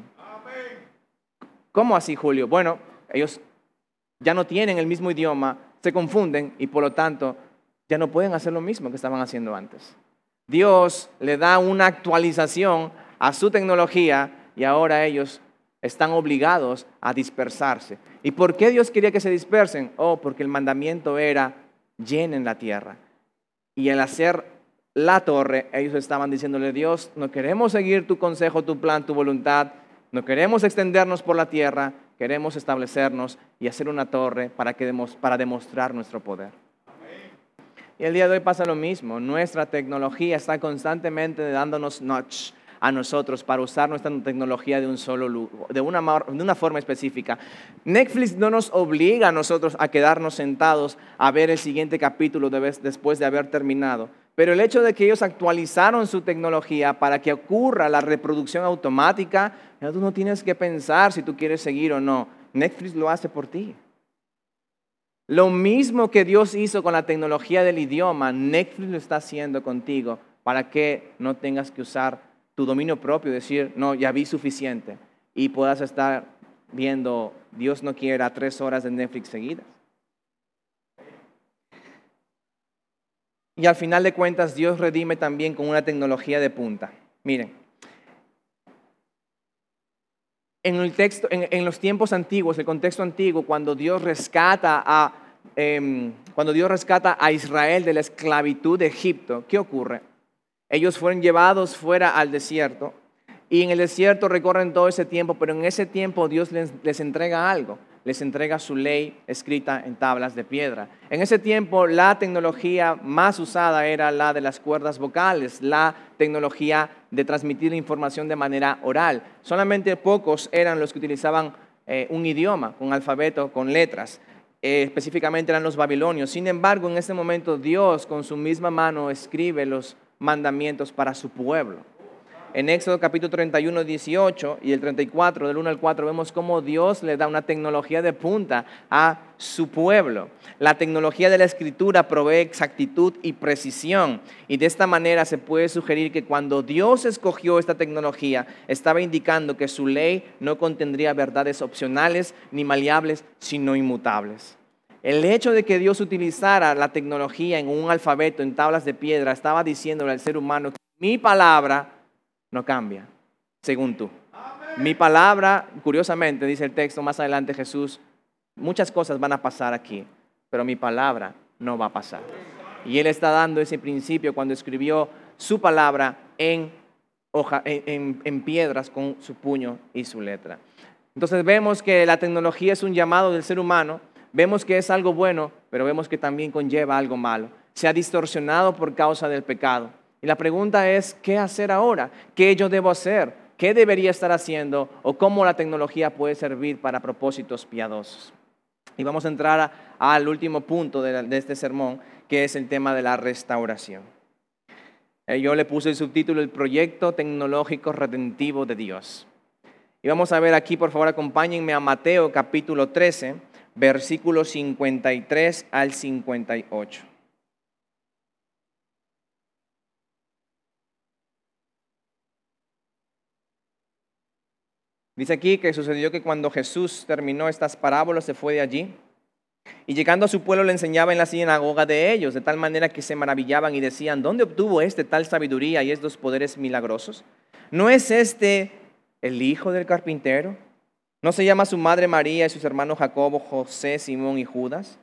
¿Cómo así, Julio? Bueno, ellos ya no tienen el mismo idioma, se confunden y por lo tanto ya no pueden hacer lo mismo que estaban haciendo antes. Dios le da una actualización a su tecnología y ahora ellos están obligados a dispersarse. ¿Y por qué Dios quería que se dispersen? Oh, porque el mandamiento era llenen la tierra. Y al hacer la torre, ellos estaban diciéndole, Dios, no queremos seguir tu consejo, tu plan, tu voluntad, no queremos extendernos por la tierra, queremos establecernos y hacer una torre para, que demos, para demostrar nuestro poder. Y el día de hoy pasa lo mismo. Nuestra tecnología está constantemente dándonos notch a nosotros para usar nuestra tecnología de, un solo, de, una, de una forma específica. Netflix no nos obliga a nosotros a quedarnos sentados a ver el siguiente capítulo de vez, después de haber terminado. Pero el hecho de que ellos actualizaron su tecnología para que ocurra la reproducción automática, ya tú no tienes que pensar si tú quieres seguir o no. Netflix lo hace por ti. Lo mismo que Dios hizo con la tecnología del idioma, Netflix lo está haciendo contigo para que no tengas que usar tu dominio propio, decir, no, ya vi suficiente y puedas estar viendo, Dios no quiera, tres horas de Netflix seguidas. Y al final de cuentas, Dios redime también con una tecnología de punta. Miren, en, el texto, en, en los tiempos antiguos, el contexto antiguo, cuando Dios rescata a, eh, cuando Dios rescata a Israel de la esclavitud de Egipto, ¿qué ocurre? Ellos fueron llevados fuera al desierto y en el desierto recorren todo ese tiempo, pero en ese tiempo Dios les, les entrega algo, les entrega su ley escrita en tablas de piedra. En ese tiempo la tecnología más usada era la de las cuerdas vocales, la tecnología de transmitir información de manera oral. Solamente pocos eran los que utilizaban eh, un idioma, un alfabeto, con letras. Eh, específicamente eran los babilonios. Sin embargo, en ese momento Dios con su misma mano escribe los mandamientos para su pueblo. En Éxodo capítulo treinta y uno, dieciocho y el treinta y cuatro, del uno al cuatro, vemos cómo Dios le da una tecnología de punta a su pueblo. La tecnología de la escritura provee exactitud y precisión. Y de esta manera se puede sugerir que cuando Dios escogió esta tecnología, estaba indicando que su ley no contendría verdades opcionales ni maleables, sino inmutables. El hecho de que Dios utilizara la tecnología en un alfabeto, en tablas de piedra, estaba diciéndole al ser humano que mi palabra no cambia, según tú. Amén. Mi palabra, curiosamente, dice el texto más adelante Jesús, muchas cosas van a pasar aquí, pero mi palabra no va a pasar. Y Él está dando ese principio cuando escribió su palabra en, hoja, en, en, en piedras con su puño y su letra. Entonces vemos que la tecnología es un llamado del ser humano. Vemos que es algo bueno, pero vemos que también conlleva algo malo. Se ha distorsionado por causa del pecado. Y la pregunta es, ¿qué hacer ahora? ¿Qué yo debo hacer? ¿Qué debería estar haciendo? ¿O cómo la tecnología puede servir para propósitos piadosos? Y vamos a entrar a, al último punto de, la, de este sermón, que es el tema de la restauración. Eh, yo le puse el subtítulo, el proyecto tecnológico redentivo de Dios. Y vamos a ver aquí, por favor, acompáñenme a Mateo capítulo trece, versículos cincuenta y tres al cincuenta y ocho. Dice aquí que sucedió que cuando Jesús terminó estas parábolas se fue de allí Y llegando a su pueblo le enseñaba en la sinagoga de ellos, de tal manera que se maravillaban y decían, ¿dónde obtuvo este tal sabiduría y estos poderes milagrosos? ¿No es este el hijo del carpintero? ¿No se llama su madre María y sus hermanos Jacobo, José, Simón y Judas?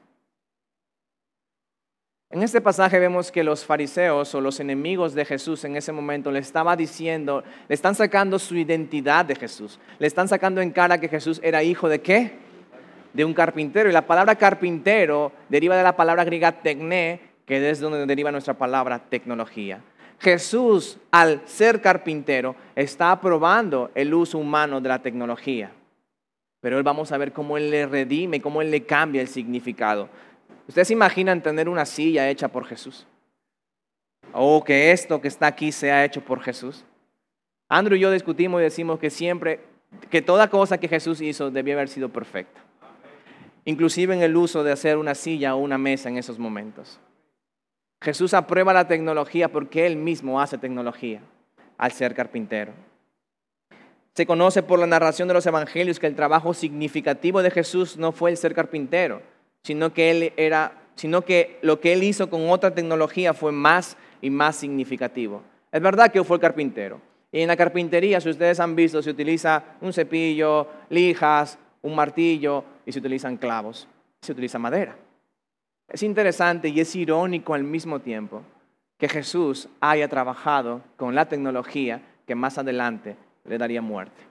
En este pasaje vemos que los fariseos o los enemigos de Jesús en ese momento le estaba diciendo, le están sacando su identidad de Jesús. Le están sacando en cara que Jesús era hijo de ¿qué? De un carpintero. Y la palabra carpintero deriva de la palabra griega tekné, que es donde deriva nuestra palabra tecnología. Jesús, al ser carpintero, está aprobando el uso humano de la tecnología. Pero él vamos a ver cómo él le redime, cómo él le cambia el significado. ¿Ustedes se imaginan tener una silla hecha por Jesús? O que esto que está aquí sea hecho por Jesús. Andrew y yo discutimos y decimos que siempre, que toda cosa que Jesús hizo debía haber sido perfecta. Inclusive en el uso de hacer una silla o una mesa en esos momentos. Jesús aprueba la tecnología porque Él mismo hace tecnología al ser carpintero. Se conoce por la narración de los evangelios que el trabajo significativo de Jesús no fue el ser carpintero, sino que, él era, sino que lo que Él hizo con otra tecnología fue más y más significativo. Es verdad que fue el carpintero. Y en la carpintería, si ustedes han visto, se utiliza un cepillo, lijas, un martillo y se utilizan clavos, se utiliza madera. Es interesante y es irónico al mismo tiempo que Jesús haya trabajado con la tecnología que más adelante le daría muerte.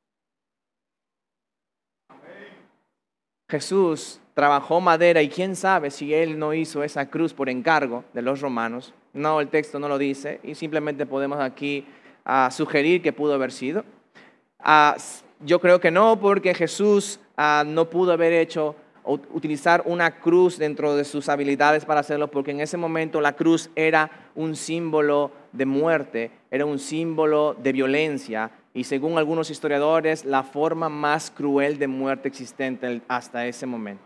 Jesús trabajó madera y quién sabe si Él no hizo esa cruz por encargo de los romanos. No, el texto no lo dice y simplemente podemos aquí uh, sugerir que pudo haber sido. Uh, yo creo que no, porque Jesús uh, no pudo haber hecho o utilizar una cruz dentro de sus habilidades para hacerlo, porque en ese momento la cruz era un símbolo de muerte, era un símbolo de violencia y según algunos historiadores, la forma más cruel de muerte existente hasta ese momento.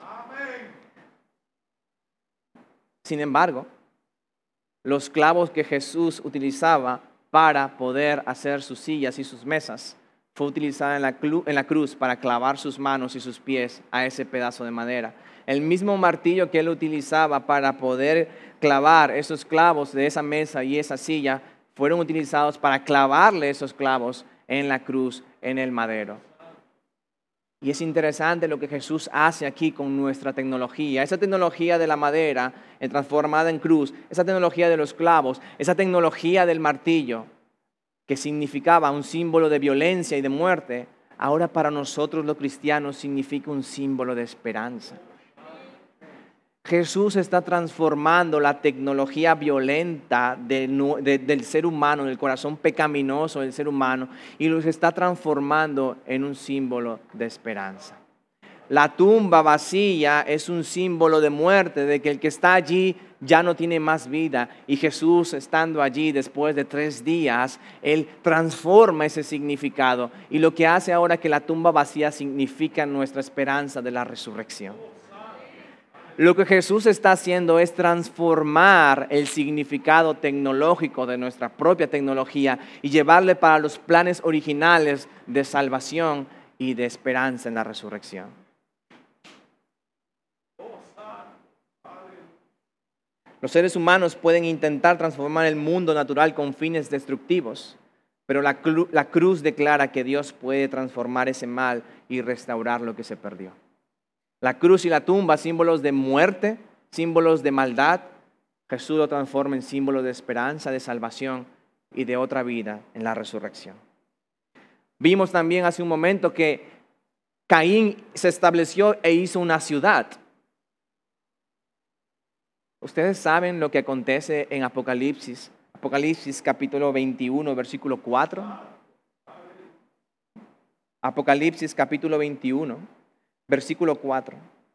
Sin embargo, los clavos que Jesús utilizaba para poder hacer sus sillas y sus mesas fue utilizada en la, en la cruz para clavar sus manos y sus pies a ese pedazo de madera. El mismo martillo que él utilizaba para poder clavar esos clavos de esa mesa y esa silla fueron utilizados para clavarle esos clavos en la cruz, en el madero. Y es interesante lo que Jesús hace aquí con nuestra tecnología. Esa tecnología de la madera transformada en cruz, esa tecnología de los clavos, esa tecnología del martillo, que significaba un símbolo de violencia y de muerte, ahora para nosotros los cristianos significa un símbolo de esperanza. Jesús está transformando la tecnología violenta de, de, del ser humano, del corazón pecaminoso del ser humano, y los está transformando en un símbolo de esperanza. La tumba vacía es un símbolo de muerte, de que el que está allí ya no tiene más vida. Y Jesús, estando allí después de tres días, Él transforma ese significado. Y lo que hace ahora que la tumba vacía significa nuestra esperanza de la resurrección. Lo que Jesús está haciendo es transformar el significado tecnológico de nuestra propia tecnología y llevarle para los planes originales de salvación y de esperanza en la resurrección. Los seres humanos pueden intentar transformar el mundo natural con fines destructivos, pero la, cru- la cruz declara que Dios puede transformar ese mal y restaurar lo que se perdió. La cruz y la tumba, símbolos de muerte, símbolos de maldad, Jesús lo transforma en símbolo de esperanza, de salvación y de otra vida en la resurrección. Vimos también hace un momento que Caín se estableció e hizo una ciudad. Ustedes saben lo que acontece en Apocalipsis, Apocalipsis capítulo veintiuno, versículo cuatro. Apocalipsis capítulo veintiuno, versículo cuatro.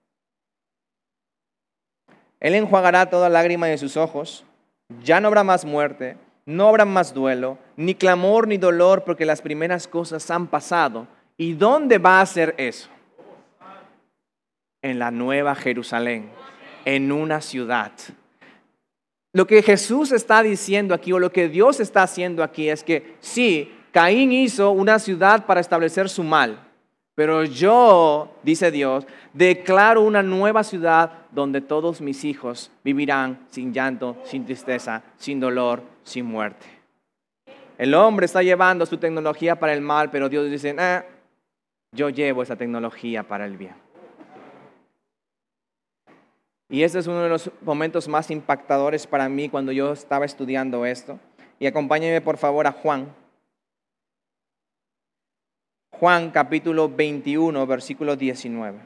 Él enjuagará toda lágrima de sus ojos, ya no habrá más muerte, no habrá más duelo, ni clamor ni dolor, porque las primeras cosas han pasado. ¿Y dónde va a ser eso? En la nueva Jerusalén. En una ciudad. Lo que Jesús está diciendo aquí, o lo que Dios está haciendo aquí, es que sí, Caín hizo una ciudad para establecer su mal, Pero yo, dice Dios, declaro una nueva ciudad donde todos mis hijos vivirán sin llanto, sin tristeza, sin dolor, sin muerte. El hombre está llevando su tecnología para el mal, pero Dios dice, ah, yo llevo esa tecnología para el bien. Y este es uno de los momentos más impactadores para mí cuando yo estaba estudiando esto. Y acompáñenme por favor a Juan. Juan capítulo veintiuno, versículo diecinueve.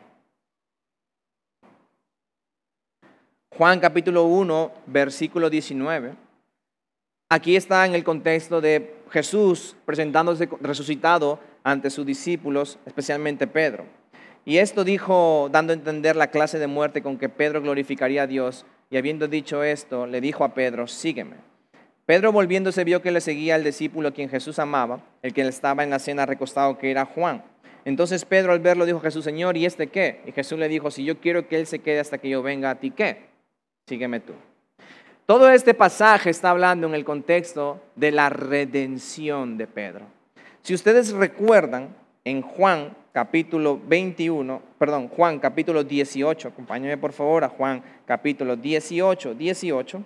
Juan capítulo uno, versículo diecinueve. Aquí está en el contexto de Jesús presentándose resucitado ante sus discípulos, especialmente Pedro. Y esto dijo, dando a entender la clase de muerte con que Pedro glorificaría a Dios. Y habiendo dicho esto, le dijo a Pedro, sígueme. Pedro volviéndose vio que le seguía al discípulo a quien Jesús amaba, el que estaba en la cena recostado, que era Juan. Entonces Pedro al verlo dijo a Jesús, Señor, ¿y este qué? Y Jesús le dijo, si yo quiero que él se quede hasta que yo venga, ¿a ti qué? Sígueme tú. Todo este pasaje está hablando en el contexto de la redención de Pedro. Si ustedes recuerdan, en Juan capítulo veintiuno, perdón, Juan capítulo dieciocho, acompáñenme por favor a Juan capítulo dieciocho, dieciocho.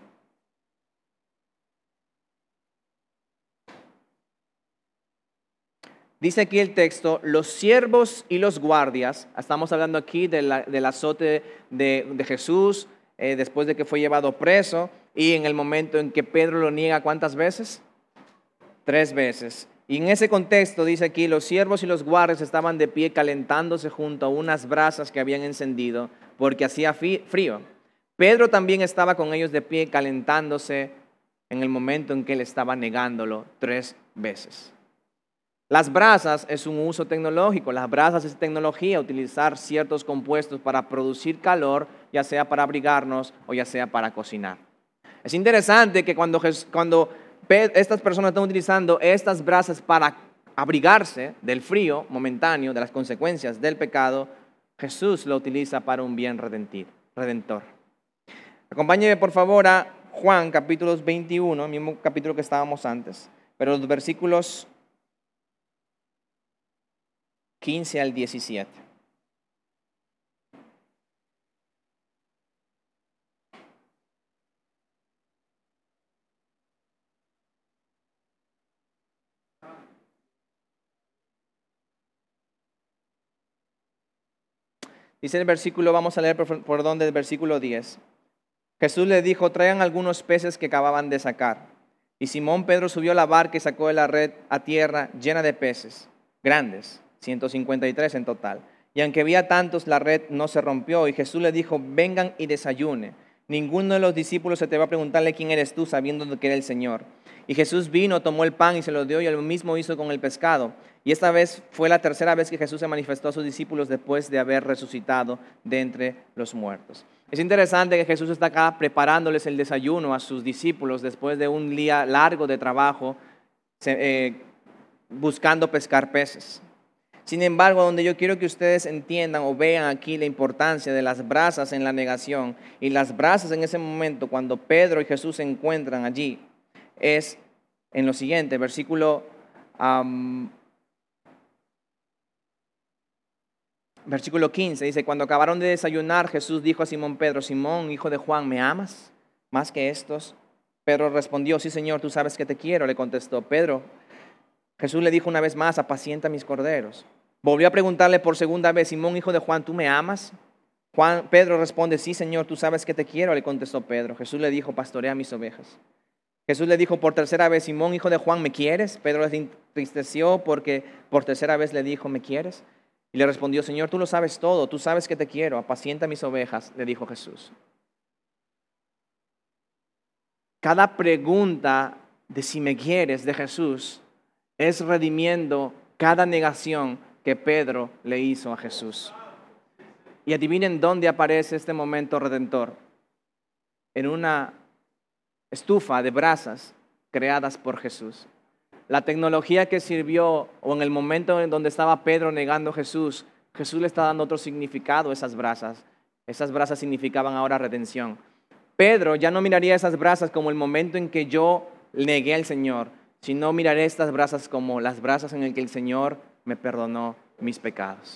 Dice aquí el texto, los siervos y los guardias, estamos hablando aquí de la, del azote de, de Jesús, eh, después de que fue llevado preso, y en el momento en que Pedro lo niega, ¿cuántas veces? Tres veces. Y en ese contexto dice aquí, los siervos y los guardias estaban de pie calentándose junto a unas brasas que habían encendido, porque hacía frío. Pedro también estaba con ellos de pie calentándose en el momento en que él estaba negándolo tres veces. Las brasas es un uso tecnológico. Las brasas es tecnología, utilizar ciertos compuestos para producir calor, ya sea para abrigarnos o ya sea para cocinar. Es interesante que cuando, cuando estas personas están utilizando estas brasas para abrigarse del frío momentáneo, de las consecuencias del pecado, Jesús lo utiliza para un bien redentor. Acompáñenme por favor a Juan capítulo veintiuno, mismo capítulo que estábamos antes, pero los versículos quince al diecisiete. Dice el versículo, vamos a leer por, por donde el versículo diez. Jesús le dijo, traigan algunos peces que acababan de sacar. Y Simón Pedro subió a la barca y sacó de la red a tierra llena de peces, grandes, ciento cincuenta y tres en total. Y aunque había tantos, la red no se rompió. Y Jesús le dijo, vengan y desayune. Ninguno de los discípulos se te va a preguntarle quién eres tú, sabiendo que era el Señor. Y Jesús vino, tomó el pan y se lo dio, y lo mismo hizo con el pescado. Y esta vez fue la tercera vez que Jesús se manifestó a sus discípulos después de haber resucitado de entre los muertos. Es interesante que Jesús está acá preparándoles el desayuno a sus discípulos después de un día largo de trabajo eh, buscando pescar peces. Sin embargo, donde yo quiero que ustedes entiendan o vean aquí la importancia de las brasas en la negación y las brasas en ese momento cuando Pedro y Jesús se encuentran allí, es en lo siguiente, versículo, um, versículo quince, dice, cuando acabaron de desayunar, Jesús dijo a Simón Pedro, Simón, hijo de Juan, ¿me amas más que estos? Pedro respondió, sí, Señor, tú sabes que te quiero, le contestó Pedro. Jesús le dijo una vez más, apacienta mis corderos. Volvió a preguntarle por segunda vez, Simón, hijo de Juan, ¿tú me amas? Juan, Pedro responde, sí, Señor, tú sabes que te quiero, le contestó Pedro. Jesús le dijo, pastorea mis ovejas. Jesús le dijo por tercera vez, Simón, hijo de Juan, ¿me quieres? Pedro le entristeció porque por tercera vez le dijo, ¿me quieres? Y le respondió, Señor, tú lo sabes todo, tú sabes que te quiero, apacienta mis ovejas, le dijo Jesús. Cada pregunta de si me quieres de Jesús es redimiendo cada negación que Pedro le hizo a Jesús. Y adivinen dónde aparece este momento redentor. En una estufa de brasas creadas por Jesús. La tecnología que sirvió, o en el momento en donde estaba Pedro negando a Jesús, Jesús le está dando otro significado a esas brasas. Esas brasas significaban ahora redención. Pedro ya no miraría esas brasas como el momento en que yo negué al Señor, sino miraré estas brasas como las brasas en las que el Señor me perdonó mis pecados.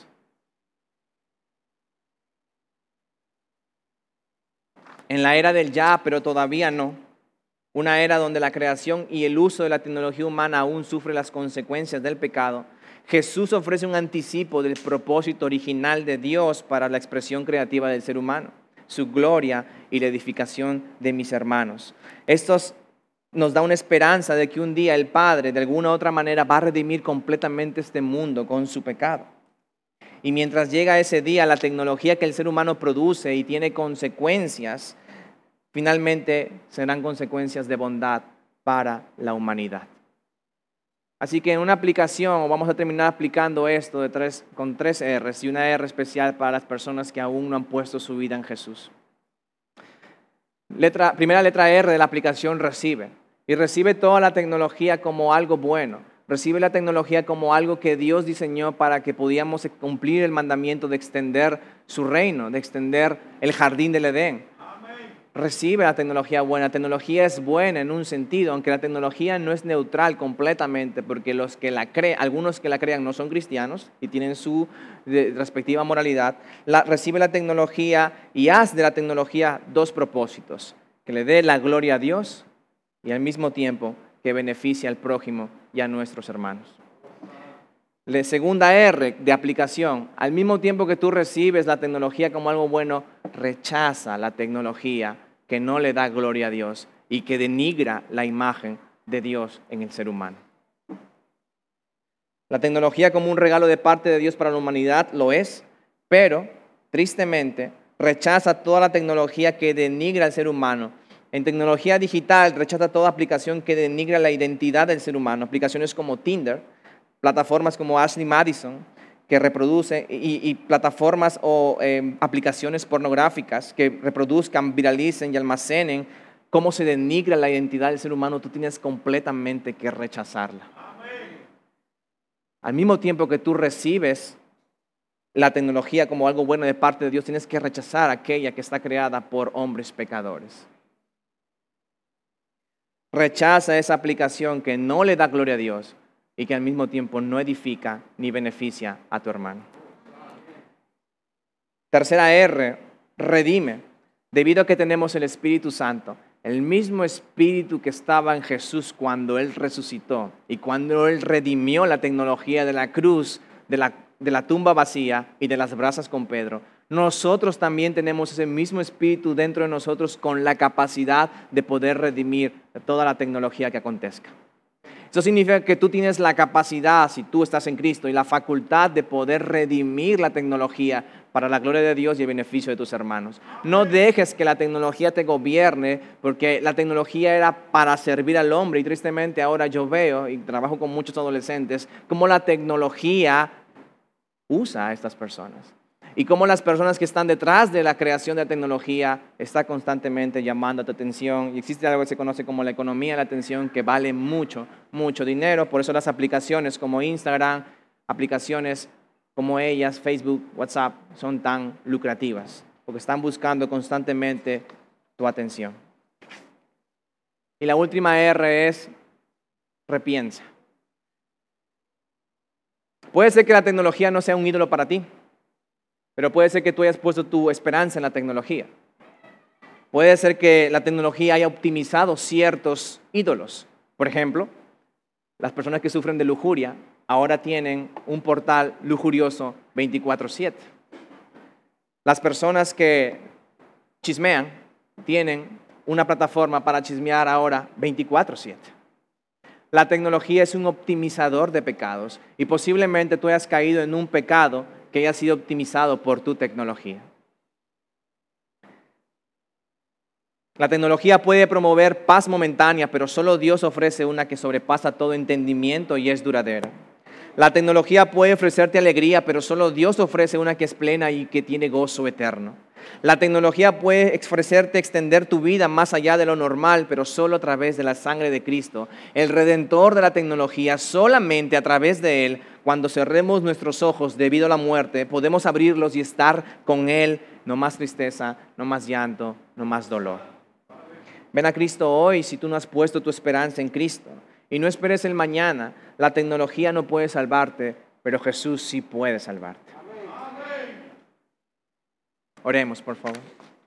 En la era del ya, pero todavía no, una era donde la creación y el uso de la tecnología humana aún sufre las consecuencias del pecado, Jesús ofrece un anticipo del propósito original de Dios para la expresión creativa del ser humano, su gloria y la edificación de mis hermanos. Esto nos da una esperanza de que un día el Padre, de alguna u otra manera, va a redimir completamente este mundo con su pecado. Y mientras llega ese día, la tecnología que el ser humano produce y tiene consecuencias, finalmente serán consecuencias de bondad para la humanidad. Así que en una aplicación, vamos a terminar aplicando esto de tres, con tres R's y una R especial para las personas que aún no han puesto su vida en Jesús. Letra, primera letra R de la aplicación, recibe. Y recibe toda la tecnología como algo bueno. Recibe la tecnología como algo que Dios diseñó para que pudiéramos cumplir el mandamiento de extender su reino, de extender el jardín del Edén. Recibe la tecnología buena. La tecnología es buena en un sentido, aunque la tecnología no es neutral completamente, porque los que la creen, algunos que la crean no son cristianos y tienen su respectiva moralidad. La, recibe la tecnología y haz de la tecnología dos propósitos: que le dé la gloria a Dios y al mismo tiempo que beneficie al prójimo y a nuestros hermanos. La segunda R de aplicación: al mismo tiempo que tú recibes la tecnología como algo bueno, rechaza la tecnología que no le da gloria a Dios y que denigra la imagen de Dios en el ser humano. La tecnología como un regalo de parte de Dios para la humanidad lo es, pero tristemente rechaza toda la tecnología que denigra al ser humano. En tecnología digital rechaza toda aplicación que denigra la identidad del ser humano. Aplicaciones como Tinder, plataformas como Ashley Madison, que reproduce, y, y plataformas o eh, aplicaciones pornográficas que reproduzcan, viralicen y almacenen cómo se denigra la identidad del ser humano. Tú tienes completamente que rechazarla. Amén. Al mismo tiempo que tú recibes la tecnología como algo bueno de parte de Dios, tienes que rechazar aquella que está creada por hombres pecadores. Rechaza esa aplicación que no le da gloria a Dios y que al mismo tiempo no edifica ni beneficia a tu hermano. Tercera R, redime. Debido a que tenemos el Espíritu Santo, el mismo Espíritu que estaba en Jesús cuando Él resucitó y cuando Él redimió la tecnología de la cruz, de la, de la tumba vacía y de las brasas con Pedro, nosotros también tenemos ese mismo Espíritu dentro de nosotros con la capacidad de poder redimir toda la tecnología que acontezca. Eso significa que tú tienes la capacidad, si tú estás en Cristo, y la facultad de poder redimir la tecnología para la gloria de Dios y el beneficio de tus hermanos. No dejes que la tecnología te gobierne, porque la tecnología era para servir al hombre y tristemente ahora yo veo, y trabajo con muchos adolescentes, cómo la tecnología usa a estas personas. Y cómo las personas que están detrás de la creación de la tecnología están constantemente llamando tu atención. Y existe algo que se conoce como la economía de la atención, que vale mucho, mucho dinero. Por eso las aplicaciones como Instagram, aplicaciones como ellas, Facebook, WhatsApp, son tan lucrativas, porque están buscando constantemente tu atención. Y la última R es repiensa. Puede ser que la tecnología no sea un ídolo para ti, pero puede ser que tú hayas puesto tu esperanza en la tecnología. Puede ser que la tecnología haya optimizado ciertos ídolos. Por ejemplo, las personas que sufren de lujuria ahora tienen un portal lujurioso veinticuatro siete. Las personas que chismean tienen una plataforma para chismear ahora veinticuatro siete. La tecnología es un optimizador de pecados y posiblemente tú hayas caído en un pecado que haya sido optimizado por tu tecnología. La tecnología puede promover paz momentánea, pero solo Dios ofrece una que sobrepasa todo entendimiento y es duradera. La tecnología puede ofrecerte alegría, pero solo Dios ofrece una que es plena y que tiene gozo eterno. La tecnología puede ofrecerte extender tu vida más allá de lo normal, pero solo a través de la sangre de Cristo. El Redentor de la tecnología, solamente a través de Él, cuando cerremos nuestros ojos debido a la muerte, podemos abrirlos y estar con Él. No más tristeza, no más llanto, no más dolor. Ven a Cristo hoy si tú no has puesto tu esperanza en Cristo. Y no esperes el mañana. La tecnología no puede salvarte, pero Jesús sí puede salvarte. Oremos, por favor.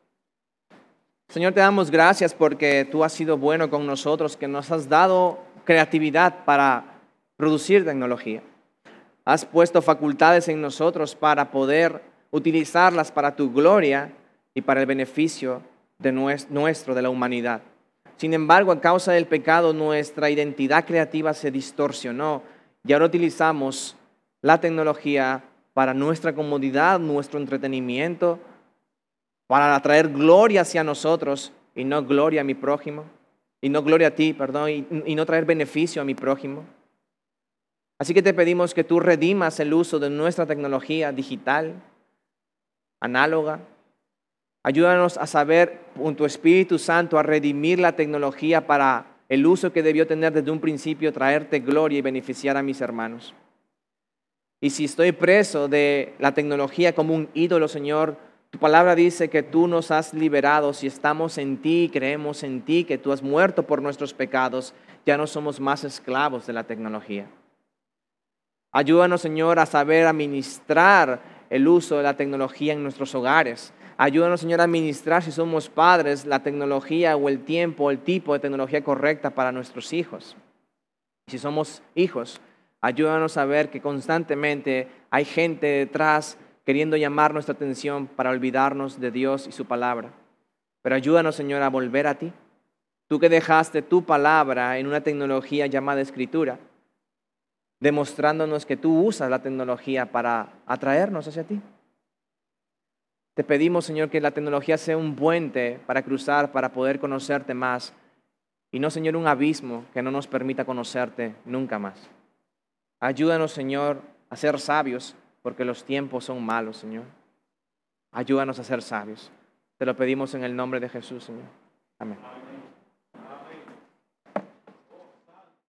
Señor, te damos gracias porque tú has sido bueno con nosotros, que nos has dado creatividad para producir tecnología. Has puesto facultades en nosotros para poder utilizarlas para tu gloria y para el beneficio de nuestro, de la humanidad. Sin embargo, a causa del pecado, nuestra identidad creativa se distorsionó y ahora utilizamos la tecnología para nuestra comodidad, nuestro entretenimiento, para atraer gloria hacia nosotros y no gloria a mi prójimo, y no gloria a ti, perdón, y, y no traer beneficio a mi prójimo. Así que te pedimos que tú redimas el uso de nuestra tecnología digital, análoga. Ayúdanos a saber, con tu Espíritu Santo, a redimir la tecnología para el uso que debió tener desde un principio, traerte gloria y beneficiar a mis hermanos. Y si estoy preso de la tecnología como un ídolo, Señor, tu palabra dice que tú nos has liberado. Si estamos en ti, creemos en ti, que tú has muerto por nuestros pecados, ya no somos más esclavos de la tecnología. Ayúdanos, Señor, a saber administrar el uso de la tecnología en nuestros hogares. Ayúdanos, Señor, a administrar, si somos padres, la tecnología o el tiempo, el tipo de tecnología correcta para nuestros hijos. Si somos hijos, ayúdanos a ver que constantemente hay gente detrás queriendo llamar nuestra atención para olvidarnos de Dios y su palabra. Pero ayúdanos, Señor, a volver a ti. Tú que dejaste tu palabra en una tecnología llamada Escritura, demostrándonos que tú usas la tecnología para atraernos hacia ti. Te pedimos, Señor, que la tecnología sea un puente para cruzar, para poder conocerte más, y no, Señor, un abismo que no nos permita conocerte nunca más. Ayúdanos, Señor, a ser sabios, porque los tiempos son malos, Señor. Ayúdanos a ser sabios. Te lo pedimos en el nombre de Jesús, Señor. Amén.